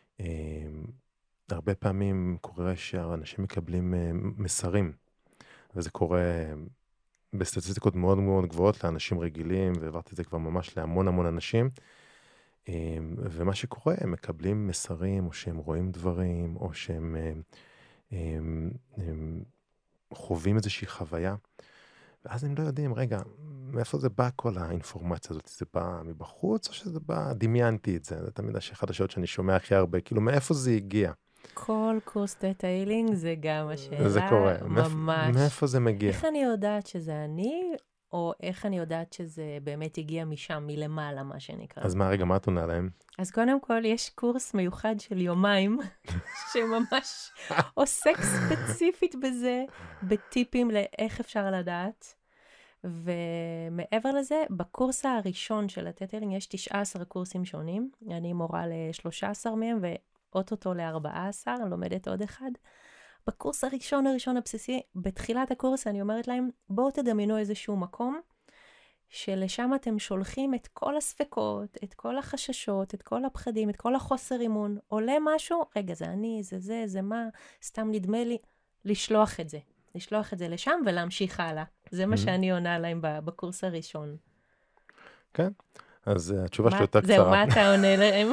Speaker 1: הרבה פעמים קורה שאנשים מקבלים מסרים, וזה קורה בסטטיסטיקות מאוד מאוד גבוהות לאנשים רגילים, והעברתי את זה כבר ממש להמון המון אנשים, ומה שקורה, הם מקבלים מסרים, או שהם רואים דברים, או שהם הם, הם חווים איזושהי חוויה, ואז הם לא יודעים, רגע, מאיפה זה בא כל האינפורמציה הזאת? זה בא מבחוץ, או שזה בא, דמיינתי את זה, זה תמיד אחד השאלות שאני שומע הכי הרבה, כאילו מאיפה זה הגיע?
Speaker 2: כל קורס תטא הילינג זה גם השאלה,
Speaker 1: זה קורה,
Speaker 2: ממש.
Speaker 1: מאיפה זה מגיע?
Speaker 2: איך אני יודעת שזה אני, או איך אני יודעת שזה באמת הגיע משם, מלמעלה, מה שנקרא.
Speaker 1: אז מה, רגע, מה את עונה להם?
Speaker 2: אז קודם כל, יש קורס מיוחד של יומיים, שממש עוסק ספציפית בזה, בטיפים לאיך אפשר לדעת. ומעבר לזה, בקורס הראשון של התטא הילינג יש תשעה עשר קורסים שונים. אני מורה ל-שלושה עשר מהם, ואוטוטו ל-ארבעה עשר, אני לומדת עוד אחד. בקורס הראשון הראשון הבסיסי, בתחילת הקורס אני אומרת להם, בואו תדמיינו איזשהו מקום, שלשם אתם שולחים את כל הספקות, את כל החששות, את כל הפחדים, את כל החוסר אימון. עולה משהו, רגע, זה אני, זה זה, זה מה, סתם נדמה לי, לשלוח את זה. לשלוח את זה לשם ולהמשיך הלאה. זה מה שאני עונה להם בקורס הראשון.
Speaker 1: כן, אז התשובה שלי יותר קצרה.
Speaker 2: זהו, מה אתה עונה להם?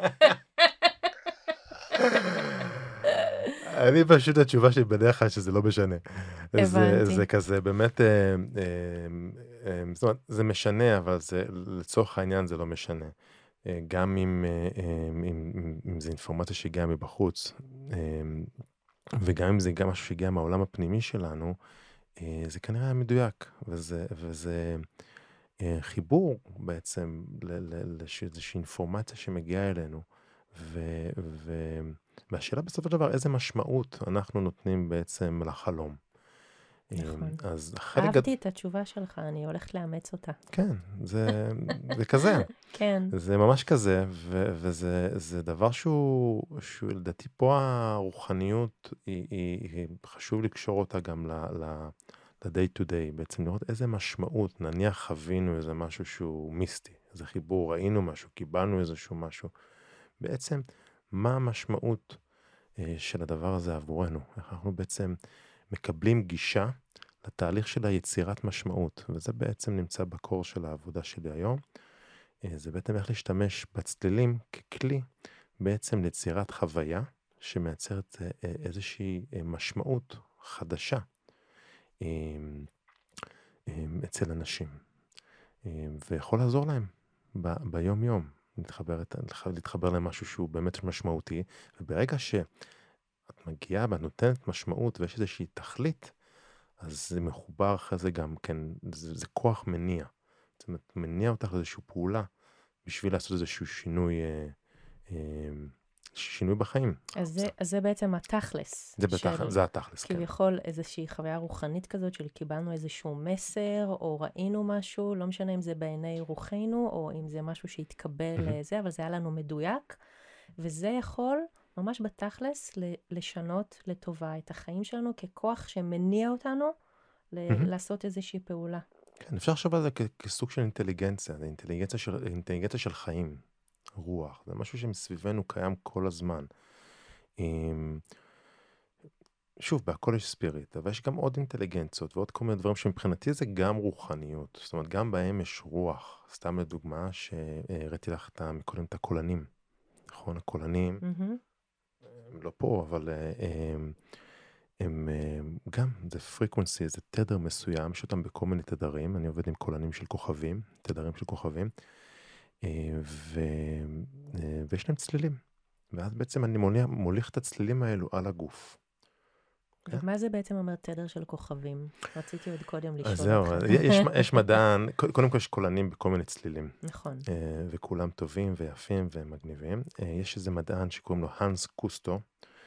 Speaker 1: אני פשוט התשובה שלי בדרך כלל שזה לא משנה.
Speaker 2: הבנתי.
Speaker 1: זה כזה באמת, זאת אומרת, זה משנה, אבל לצורך העניין זה לא משנה. גם אם זה אינפורמציה שהגיעה מבחוץ, וגם אם זה גם משהו שהגיע מהעולם הפנימי שלנו, זה כנראה מדויק, וזה, וזה חיבור בעצם לאיזושהי אינפורמציה שמגיעה אלינו, ו, ו, והשאלה בסופו של דבר, איזה משמעות אנחנו נותנים בעצם לחלום.
Speaker 2: נכון.
Speaker 1: אז חלק...
Speaker 2: אהבתי את התשובה שלך, אני הולכת לאמץ אותה.
Speaker 1: כן, זה, זה כזה.
Speaker 2: כן.
Speaker 1: זה ממש כזה, ו- וזה זה דבר שהוא, שהוא לדעתי פה הרוחניות, היא, היא, היא חשוב לקשור אותה גם ל-day to day, בעצם לראות איזה משמעות, נניח חווינו איזה משהו שהוא מיסטי, איזה חיבור, ראינו משהו, קיבלנו איזשהו משהו, בעצם מה המשמעות אה, של הדבר הזה עבורנו, איך אנחנו בעצם מקבלים גישה לתהליך של היצירת משמעות, וזה בעצם נמצא בקור של העבודה שלי היום, זה בעצם איך להשתמש בצלילים ככלי בעצם ליצירת חוויה שמייצרת איזושהי משמעות חדשה אצל אנשים, ויכול לעזור להם ב- ביום יום להתחבר, להתחבר למשהו שהוא באמת משמעותי, וברגע שאת מגיעה ואת נותנת משמעות ויש איזושהי תכלית, אז זה מחובר אחרי זה גם כן, זה, זה כוח מניע. זאת אומרת, מניע אותך לאיזושהי פעולה, בשביל לעשות איזשהו שינוי, אה, אה, שינוי בחיים.
Speaker 2: אז זה, אז זה בעצם התכלס.
Speaker 1: זה, בתכלס,
Speaker 2: של,
Speaker 1: זה התכלס, כן.
Speaker 2: כביכול איזושהי חוויה רוחנית כזאת, של קיבלנו איזשהו מסר, או ראינו משהו, לא משנה אם זה בעיני רוחנו, או אם זה משהו שהתקבל לזה, אבל זה היה לנו מדויק, וזה יכול ממש בתכלס לשנות לטובה את החיים שלנו, ככוח שמניע אותנו לעשות איזושהי פעולה.
Speaker 1: כן, אפשר לחשוב על זה כסוג של אינטליגנציה, זה אינטליגנציה של, אינטליגנציה של חיים, רוח, זה משהו שמסביבנו קיים כל הזמן. שוב, בהכל יש ספיריט, אבל יש גם עוד אינטליגנציות ועוד כל מיני דברים שמבחינתי זה גם רוחניות. זאת אומרת, גם בהם יש רוח. סתם לדוגמה שהראיתי לך את, מקודם את הקולנים. נכון, הקולנים,
Speaker 2: Mm-hmm.
Speaker 1: הם לא פה, אבל הם, הם גם, זה פריקוונסי, זה תדר מסוים, יש אותם בכל מיני תדרים. אני עובד עם קולנים של כוכבים, תדרים של כוכבים, ו, ויש להם צלילים. ואז בעצם אני מוליך, מוליך את הצלילים האלו על הגוף.
Speaker 2: ומה זה בעצם אומר תדר של כוכבים? רציתי עוד קודם לשאול אותך.
Speaker 1: זהו, יש, יש מדען, קודם כל יש קולנים בכל מיני צלילים.
Speaker 2: נכון.
Speaker 1: וכולם טובים ויפים ומגניבים. יש איזה מדען שקוראים לו הנס קוסטו,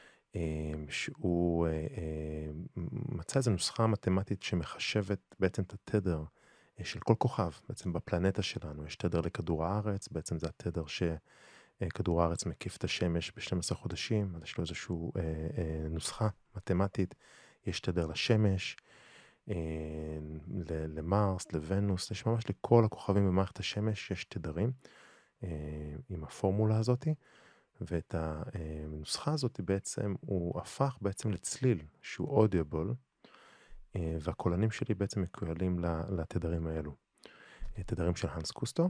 Speaker 1: שהוא מצא איזו נוסחה מתמטית שמחשבת בעצם את התדר של כל כוכב, בעצם בפלנטה שלנו. יש תדר לכדור הארץ, בעצם זה התדר שכדור הארץ מקיף את השמש ב-שנים עשר חודשים, אז יש לו איזושהי נוסחה מתמטית. יש תדר לשמש, למרס, לוונוס, יש ממש לכל הכוכבים במערכת השמש יש תדרים עם הפורמולה הזאת, ואת הנוסחה הזאת בעצם הוא הפך בעצם לצליל שהוא אודיובול, והקולנים שלי בעצם מקוילים לתדרים האלו, תדרים של הנס קוסטו,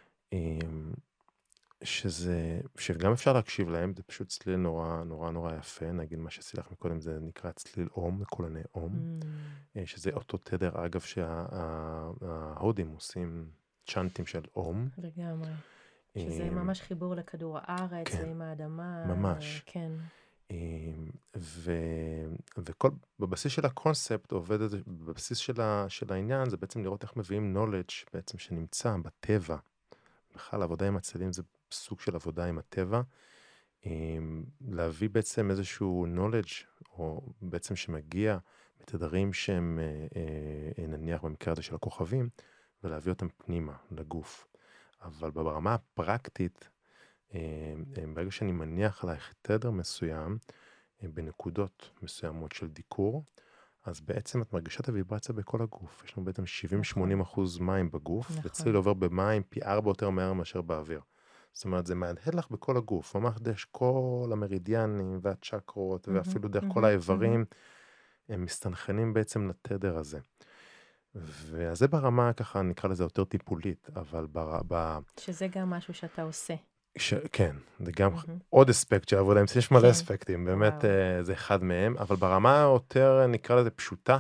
Speaker 1: שזה, שגם אפשר להקשיב להם, זה פשוט צליל נורא נורא נורא יפה. נגיד מה שעשיתי לך מקודם זה נקרא צליל אום, קולני אום, mm. שזה אותו תדר אגב שההודים עושים צ'אנטים של אום.
Speaker 2: לגמרי. שזה ממש חיבור לכדור הארץ, כן, ועם האדמה.
Speaker 1: ממש.
Speaker 2: כן.
Speaker 1: ו, וכל, בבסיס של הקונספט עובד, בבסיס של, ה, של העניין זה בעצם לראות איך מביאים knowledge בעצם שנמצא בטבע. בכלל עבודה עם הצלילים זה סוג של עבודה עם הטבע, להביא בעצם איזשהו knowledge, או בעצם שמגיע בתדרים שהם נניח במקרה הזה של הכוכבים, ולהביא אותם פנימה לגוף. אבל ברמה הפרקטית, ברגע שאני מניח עלייך תדר מסוים, בנקודות מסוימות של דיקור, אז בעצם את מרגישה את הוויברציה בכל הגוף. יש לנו בעצם שבעים שמונים אחוז מים בגוף, נכון. וצליל עובר במים פי ארבע יותר מהר מאשר באוויר. זאת אומרת, זה מהדהד לך בכל הגוף, ממש דרך כל המרידיאנים והצ'קרות, mm-hmm, ואפילו דרך mm-hmm, כל האיברים, mm-hmm. הם מסתנחנים בעצם לתדר הזה. ואז זה ברמה, ככה נקרא לזה יותר טיפולית, אבל בר... ב...
Speaker 2: שזה גם משהו שאתה עושה.
Speaker 1: ש... כן, זה גם mm-hmm. עוד אספקט של עבודה, יש מלא אספקטים, באמת wow. זה אחד מהם, אבל ברמה יותר נקרא לזה פשוטה,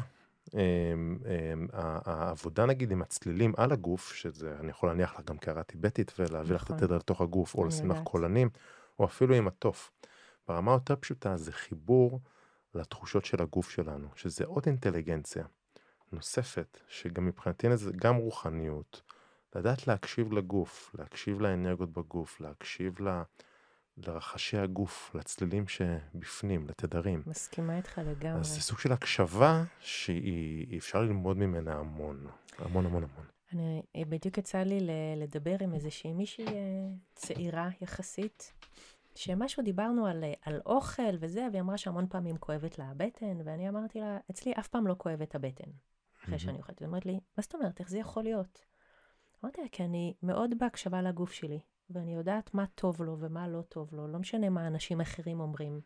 Speaker 1: העבודה נגיד עם הצלילים על הגוף, שזה אני יכול להניח לך גם קערה טיבטית ולהביא לך את התדר לתוך הגוף, או לשים לך קולנים, או אפילו עם התוף. ברמה יותר פשוטה זה חיבור לתחושות של הגוף שלנו, שזה עוד אינטליגנציה נוספת, שגם מבחינתי זה גם רוחניות, לדעת להקשיב לגוף, להקשיב לאנרגיות בגוף, להקשיב ל... לרחשי הגוף, לצלילים שבפנים, לתדרים.
Speaker 2: מסכימה איתך לגמרי.
Speaker 1: אז זה סוג של הקשבה שהיא אפשר ללמוד ממנה המון, המון המון המון.
Speaker 2: אני, בדיוק יצא לי לדבר עם איזושהי מישהי צעירה יחסית, שמשהו דיברנו על, על אוכל וזה, והיא אמרה שהמון פעמים כואבת לה הבטן, ואני אמרתי לה, אצלי אף פעם לא כואבת הבטן, אחרי שאני אוכלת. היא אומרת לי, מה זאת אומרת, איך זה יכול להיות? אמרתי לה, כי אני מאוד בהקשבה לגוף שלי, ואני יודעת מה טוב לו ומה לא טוב לו, לא משנה מה אנשים אחרים אומרים.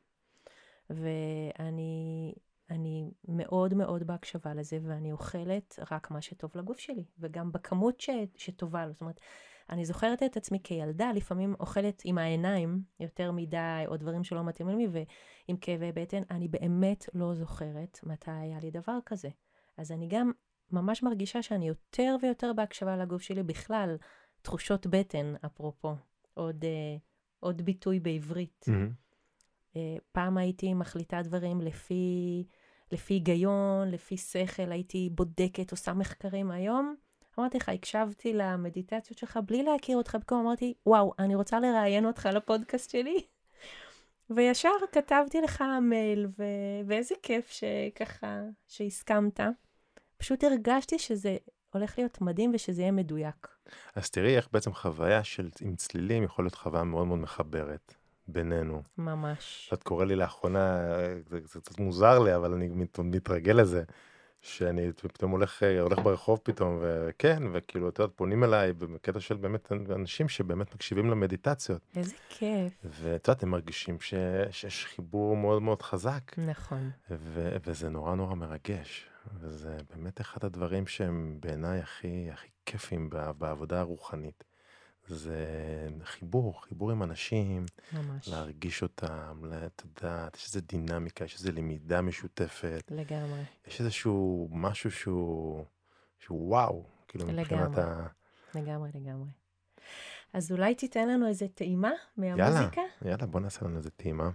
Speaker 2: ואני אני מאוד מאוד בהקשבה לזה, ואני אוכלת רק מה שטוב לגוף שלי, וגם בכמות ש, שטובה לו. זאת אומרת, אני זוכרת את עצמי כילדה, לפעמים אוכלת עם העיניים יותר מדי, או דברים שלא מתאימים לי, ועם כאבי בטן, אני באמת לא זוכרת מתי היה לי דבר כזה. אז אני גם ממש מרגישה שאני יותר ויותר בהקשבה לגוף שלי בכלל, תחושות בטן, אפרופו, עוד, uh, עוד ביטוי בעברית. Mm-hmm. Uh, פעם הייתי מחליטה דברים לפי, לפי היגיון, לפי שכל, הייתי בודקת, עושה מחקרים. היום, אמרתי לך, הקשבתי למדיטציות שלך, בלי להכיר אותך, בקום אמרתי, וואו, אני רוצה לראיין אותך לפודקאסט שלי. וישר כתבתי לך מייל, ו- ואיזה כיף שככה, שהסכמת. פשוט הרגשתי שזה הולך להיות מדהים ושזה יהיה מדויק.
Speaker 1: אז תראי איך בעצם חוויה של עם צלילים יכול להיות חוויה מאוד מאוד מחברת בינינו.
Speaker 2: ממש.
Speaker 1: את קורא לי לאחרונה, זה קצת מוזר לי, אבל אני מתרגל לזה, שאני פתאום הולך, הולך ברחוב פתאום, וכן, וכאילו, אתה יודע, פונים אליי בקטע של באמת אנשים שבאמת מקשיבים למדיטציות.
Speaker 2: איזה כיף.
Speaker 1: ואתה יודע, הם מרגישים ש, שיש חיבור מאוד מאוד חזק.
Speaker 2: נכון.
Speaker 1: ו, וזה נורא נורא מרגש. וזה באמת אחד הדברים שהם בעיניי הכי, הכי כיפים בעבודה הרוחנית. זה חיבור, חיבור עם אנשים,
Speaker 2: ממש.
Speaker 1: להרגיש אותם, אתה יודע, יש איזו דינמיקה, יש איזו למידה משותפת.
Speaker 2: לגמרי.
Speaker 1: יש איזשהו משהו שהוא, שהוא וואו, כאילו מבחינת ה...
Speaker 2: לגמרי, לגמרי. אז אולי תיתן לנו איזה טעימה מהמוזיקה?
Speaker 1: יאללה, יאללה, בוא נעשה לנו איזה טעימה.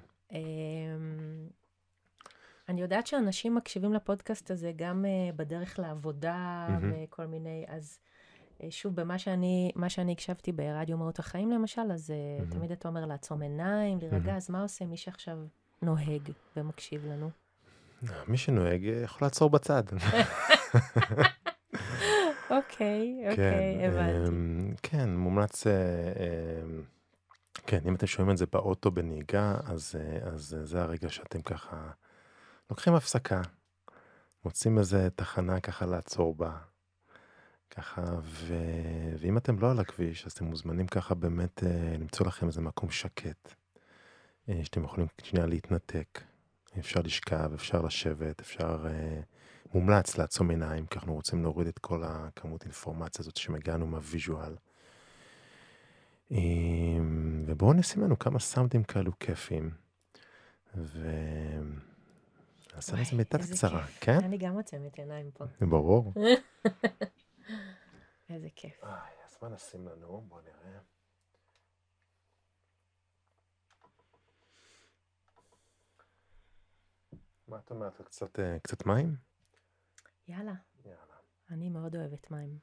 Speaker 2: אני יודעת שאנשים מקשיבים לפודקאסט הזה גם בדרך לעבודה וכל מיני, אז שוב, במה שאני, מה שאני הקשבתי ברדיו מהות החיים למשל, אז תמיד אתה אומר לעצום עיניים, להירגע, אז מה עושה מי שעכשיו נוהג ומקשיב לנו?
Speaker 1: מי שנוהג יכול לעצור בצד.
Speaker 2: אוקיי, אוקיי, הבנתי.
Speaker 1: כן, מומלץ, כן, אם אתם שומעים את זה באוטו בנהיגה, אז זה הרגע שאתם ככה לוקחים הפסקה, מוצאים איזה תחנה ככה לעצור בה, ככה, ואם אתם לא על הכביש, אז אתם מוזמנים ככה באמת למצוא לכם איזה מקום שקט, שאתם יכולים שנייה להתנתק. אפשר לשכב, אפשר לשבת, אפשר, אה, מומלץ לעצום עיניים, כי אנחנו רוצים להוריד את כל הכמות אינפורמציה הזאת שמגיענו מהוויז'ואל. אה, ובואו נשים לנו כמה סאונדים כאלו כיפים, ונעשה לזה מיטת קצרה,
Speaker 2: כיף.
Speaker 1: כן?
Speaker 2: אני גם עוצמת עיניים פה.
Speaker 1: ברור.
Speaker 2: איזה כיף.
Speaker 1: איי, אז מה נשים לנו? בואו נראה. מה את אומרת? קצת, קצת מים?
Speaker 2: יאללה.
Speaker 1: יאללה.
Speaker 2: אני מאוד אוהבת מים.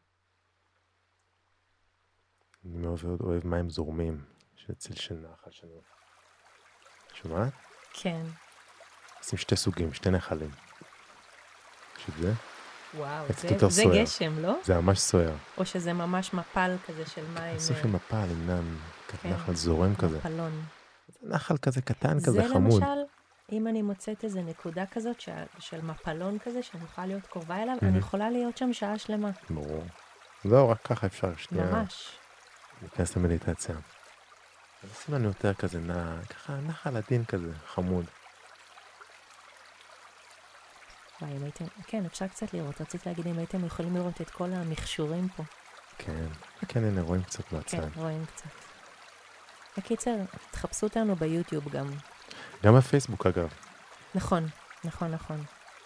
Speaker 1: אני מאוד אוהב מים זורמים, של ציל של נחל שאני אוהב. שומעת?
Speaker 2: כן.
Speaker 1: עושים שתי סוגים, שתי נחלים. שזה?
Speaker 2: וואו, זה, זה גשם, לא?
Speaker 1: זה ממש סוער.
Speaker 2: או שזה ממש מפל כזה של מים.
Speaker 1: סוג של מפל, אמנם, נחל זורם כזה.
Speaker 2: מפלון.
Speaker 1: זה נחל כזה קטן כזה, חמוד.
Speaker 2: זה למשל, אם אני מוצאת איזה נקודה כזאת של, של מפלון כזה, שאני יכולה להיות קרובה אליו, אני יכולה להיות שם שעה שלמה.
Speaker 1: ברור. לא, רק ככה אפשר שנייה.
Speaker 2: ממש.
Speaker 1: להיכנס למדיטציה. נשים לנו יותר כזה, ככה נחל עדין כזה, חמוד.
Speaker 2: וואי, אם הייתם, כן, אפשר קצת לראות. רציתי להגיד אם הייתם יכולים לראות את כל המכשורים פה.
Speaker 1: כן, כן, הנה, רואים קצת מהצד.
Speaker 2: כן, רואים קצת. בקיצר, תחפשו אותנו ביוטיוב גם.
Speaker 1: גם בפייסבוק, אגב.
Speaker 2: נכון, נכון, נכון.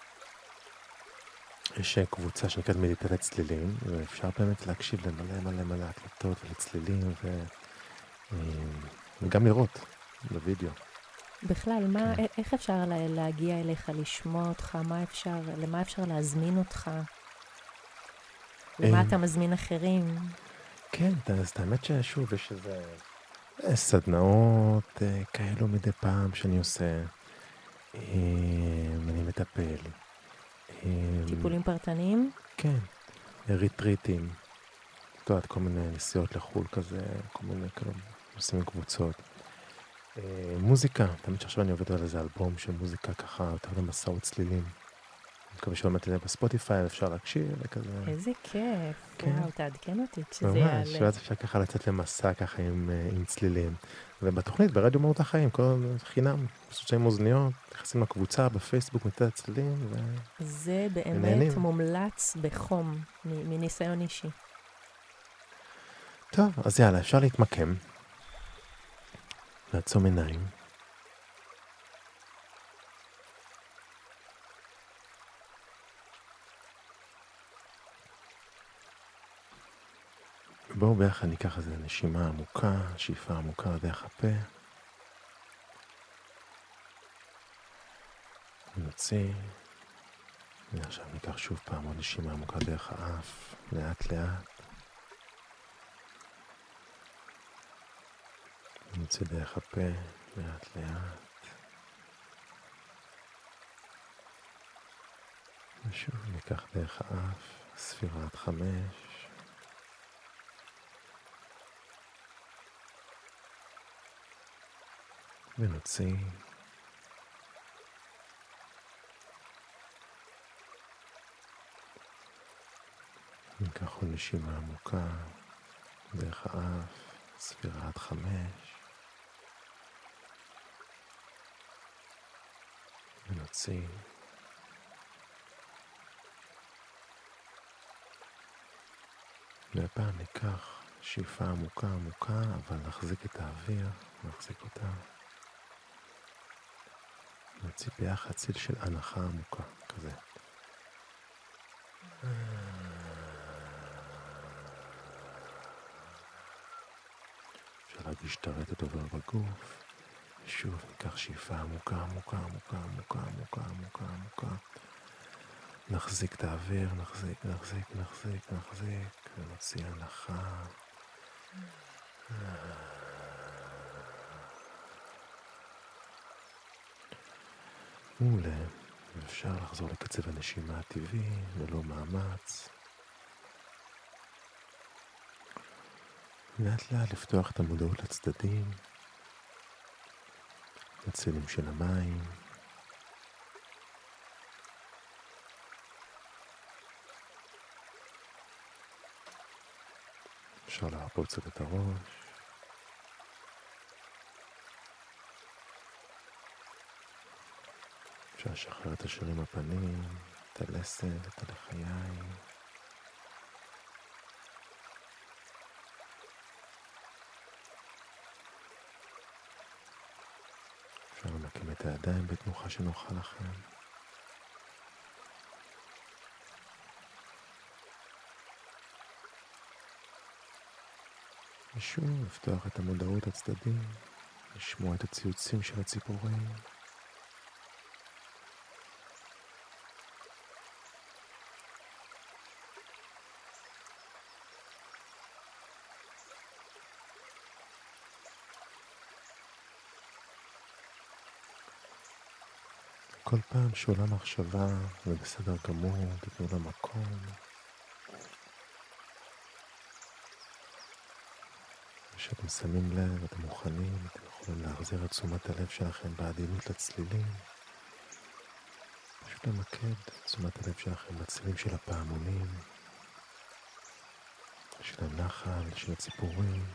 Speaker 1: יש קבוצה שנקראת מדיטציית צלילים, ואפשר באמת להקשיב למלא מלא מלא הקלטות ולצלילים, ו... וגם לראות בווידאו.
Speaker 2: בכלל, מה, איך אפשר להגיע אליך, לשמוע אותך, מה אפשר, למה אפשר להזמין אותך? למה אתה מזמין אחרים?
Speaker 1: כן, אז האמת ששוב, יש איזה סדנאות כאלו מדי פעם שאני עושה, אני מטפל.
Speaker 2: טיפולים פרטניים?
Speaker 1: כן, ריטריטים, את יודעת, כל מיני נסיעות לחול כזה, כל מיני כאלה נושאים קבוצות. מוזיקה, תמיד שעכשיו אני עובד על איזה אלבום של מוזיקה ככה, יותר למסעות צלילים. אני מקווה שעומדת לזה בספוטיפיי, אפשר להקשיב וכזה.
Speaker 2: איזה כיף,
Speaker 1: כן.
Speaker 2: וואו, תעדכן אותי שזה יעלה.
Speaker 1: ממש, ואז אפשר ככה לצאת למסע ככה עם, עם צלילים. ובתוכנית, ברדיו מהות החיים, כל חינם, פשוט שהם אוזניות, נכנסים לקבוצה בפייסבוק, מדיטציית צלילים. ו...
Speaker 2: זה באמת
Speaker 1: ונהנים.
Speaker 2: מומלץ בחום, מניסיון אישי.
Speaker 1: טוב, אז יאללה, אפשר להתמקם. לעצום עיניים. בואו ביחד ניקח איזו נשימה עמוקה, שאיפה עמוקה דרך הפה. נוציא. ועכשיו ניקח שוב פעם עוד נשימה עמוקה דרך האף, לאט לאט. נוציא דרך הפה, לאט לאט. ושוב ניקח דרך האף, ספירת חמש. ונוציא. ניקח עוד נשימה עמוקה דרך האף, ספירה עד חמש, ונוציא. והפעם ניקח שאיפה עמוקה עמוקה, אבל נחזיק את האוויר, נחזיק אותה. נוציא ביחד ציל של הנחה עמוקה, כזה. אפשר להרגיש את הרטט עובר בגוף. ושוב ניקח שאיפה עמוקה עמוקה עמוקה עמוקה עמוקה עמוקה עמוקה. נחזיק את האוויר, נחזיק, נחזיק, נחזיק, נחזיק, ונוציא הנחה. מעולה, ואפשר לחזור לקצב הנשימה הטבעי, ללא מאמץ. לאט לאט לפתוח את המודעות לצדדים, לצלילים של המים. אפשר להרפות קצת את הראש. אפשר לשחרר את השרירים הפנים, את הלסת, את הלחיים. אפשר למקם את הידיים בתנוחה שנוחה לכם. ושוב, לפתוח את המודעות הצדדים, לשמוע את הציוצים של הציפורים. כל פעם שעולה מחשבה, ובסדר גמור, תתנו לה מקום. כשאתם שמים לב, אתם מוכנים, אתם יכולים להחזיר את תשומת הלב שלכם בעדינות לצלילים. פשוט למקד את תשומת הלב שלכם בצלילים של הפעמונים, של הנחל, של הציפורים.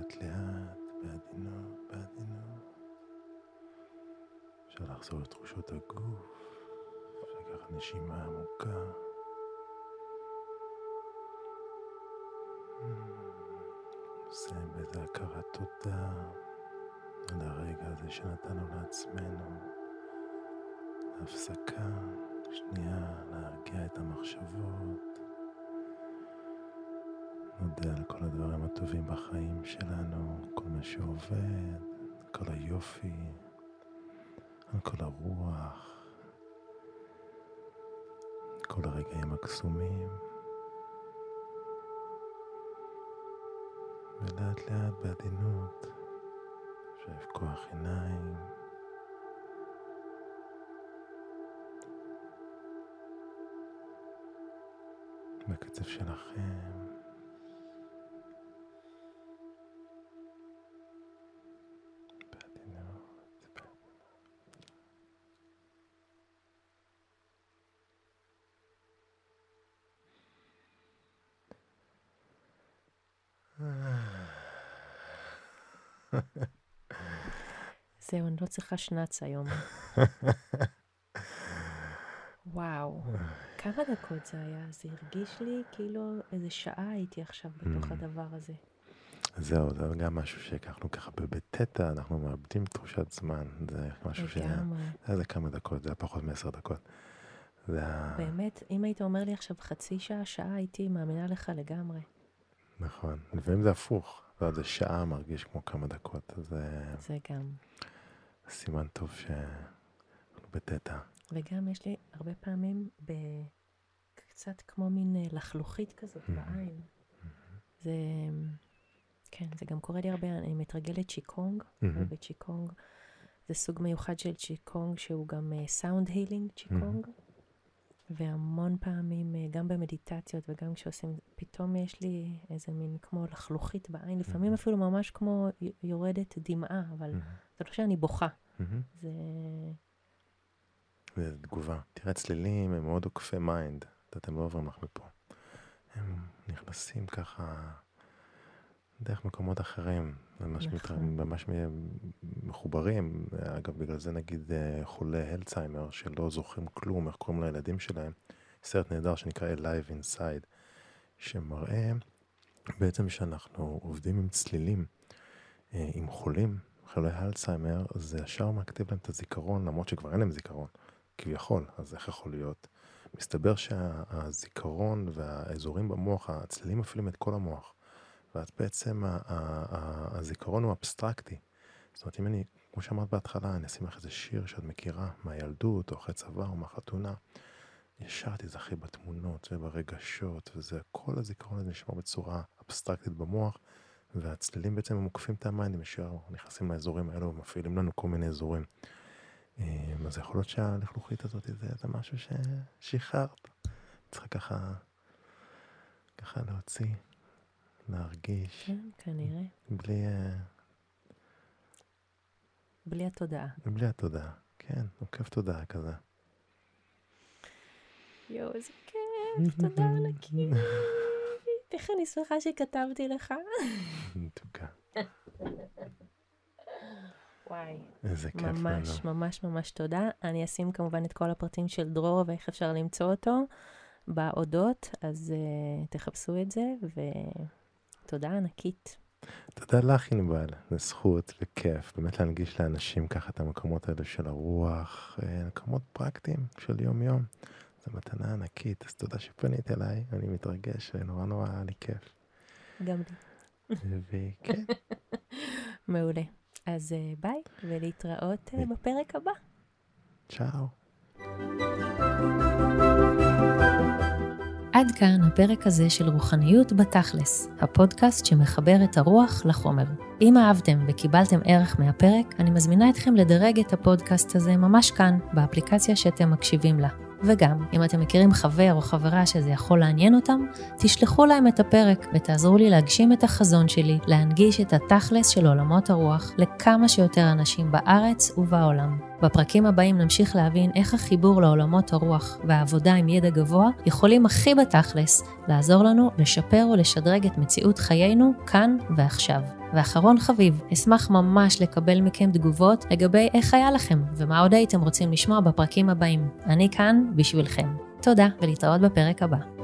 Speaker 1: לאט לאט, בעדינות, בעדינות. אפשר לחזור לתחושות הגוף, אפשר לקחת נשימה עמוקה. נסיים באיזה הכרת תודה על הרגע הזה שנתנו לעצמנו, להפסקה, שנייה להרגיע את המחשבות. נודה על כל הדברים הטובים בחיים שלנו, כל מה שעובד, כל היופי, על כל הרוח, כל הרגעים הקסומים. ולאט לאט בעדינות אפשר לפקוח עיניים. בקצב שלכם.
Speaker 2: זהו, אני לא צריכה שנץ היום. וואו, כמה דקות זה היה? זה הרגיש לי כאילו איזה שעה הייתי עכשיו בתוך הדבר הזה.
Speaker 1: זהו, זה גם משהו שהקחנו ככה בבטטה, אנחנו מאבדים תחושת זמן. זה משהו ש... זה כמה דקות, זה היה פחות מעשר דקות.
Speaker 2: באמת, אם היית אומר לי עכשיו חצי שעה, שעה, הייתי מאמינה לך לגמרי.
Speaker 1: נכון, לפעמים זה הפוך, ועוד זה שעה מרגיש כמו כמה דקות, אז
Speaker 2: זה גם
Speaker 1: סימן טוב שאנחנו בטטה.
Speaker 2: וגם יש לי הרבה פעמים קצת כמו מין לחלוכית כזאת בעין. זה, כן, זה גם קורה לי הרבה, אני מתרגלת צ'יקונג, ובצ'יקונג זה סוג מיוחד של צ'יקונג שהוא גם סאונד הילינג צ'יקונג. והמון פעמים, גם במדיטציות וגם כשעושים, פתאום יש לי איזה מין כמו לחלוכית בעין, לפעמים אפילו ממש כמו יורדת דמעה, אבל זה לא שאני בוכה. זה...
Speaker 1: זה תגובה. תראה, צלילים הם מאוד עוקפי מיינד, אתם לא עוברים לך מפה. הם נכנסים ככה דרך מקומות אחרים, ממש, מתר... ממש מחוברים. אגב, בגלל זה נגיד חולי אלצהיימר שלא זוכרים כלום, איך קוראים לילדים שלהם, סרט נהדר שנקרא Alive Inside, שמראה בעצם שאנחנו עובדים עם צלילים, עם חולים, חולי אלצהיימר, זה ישר מקטיב להם את הזיכרון, למרות שכבר אין להם זיכרון, כביכול, אז איך יכול להיות? מסתבר שהזיכרון והאזורים במוח, הצלילים מפעילים את כל המוח. ואז בעצם הזיכרון הוא אבסטרקטי. זאת אומרת, אם אני, כמו שאמרת בהתחלה, אני אשים לך איזה שיר שאת מכירה מהילדות, או אחרי צבא, או מהחתונה, ישר תזכי בתמונות וברגשות, וזה, כל הזיכרון הזה נשמר בצורה אבסטרקטית במוח, והצלילים בעצם מוקפים את המיינד, הם ישר נכנסים לאזורים האלו, ומפעילים לנו כל מיני אזורים. אז יכול להיות שהלכלוכית הזאת, זה, זה משהו ששחררת. צריכה ככה, ככה להוציא. להרגיש.
Speaker 2: כן, כנראה.
Speaker 1: בלי...
Speaker 2: בלי התודעה.
Speaker 1: בלי התודעה, כן, עוקף תודעה כזה.
Speaker 2: יואו, איזה כיף, תודה ענקית. איך אני שמחה שכתבתי לך.
Speaker 1: תוקה.
Speaker 2: וואי.
Speaker 1: איזה כיף לנו.
Speaker 2: ממש, ממש, ממש תודה. אני אשים כמובן את כל הפרטים של דרור ואיך אפשר למצוא אותו בהודות, אז uh, תחפשו את זה, ותודה ענקית.
Speaker 1: תודה לך, ענבל. זה זכות וכיף. באמת להנגיש לאנשים ככה את המקומות האלה של הרוח, מקומות פרקטיים של יום-יום. זו מתנה ענקית, אז תודה שפנית אליי. אני מתרגש, ונורא נורא היה לי כיף.
Speaker 2: גם לי.
Speaker 1: וכן.
Speaker 2: מעולה. אז uh, ביי, ולהתראות uh, בפרק הבא.
Speaker 1: צ'או.
Speaker 3: עד כאן הפרק הזה של רוחניות בתכלס, הפודקאסט שמחבר את הרוח לחומר. אם אהבתם וקיבלתם ערך מהפרק, אני מזמינה אתכם לדרג את הפודקאסט הזה ממש כאן, באפליקציה שאתם מקשיבים לה. וגם, אם אתם מכירים חבר או חברה שזה יכול לעניין אותם, תשלחו להם את הפרק ותעזרו לי להגשים את החזון שלי, להנגיש את התכלס של עולמות הרוח לכמה שיותר אנשים בארץ ובעולם. בפרקים הבאים נמשיך להבין איך החיבור לעולמות הרוח והעבודה עם ידע גבוה יכולים הכי בתכלס לעזור לנו לשפר ולשדרג את מציאות חיינו כאן ועכשיו. ואחרון חביב, אשמח ממש לקבל מכם תגובות לגבי איך היה לכם ומה עוד הייתם רוצים לשמוע בפרקים הבאים. אני כאן בשבילכם. תודה ולהתראות בפרק הבא.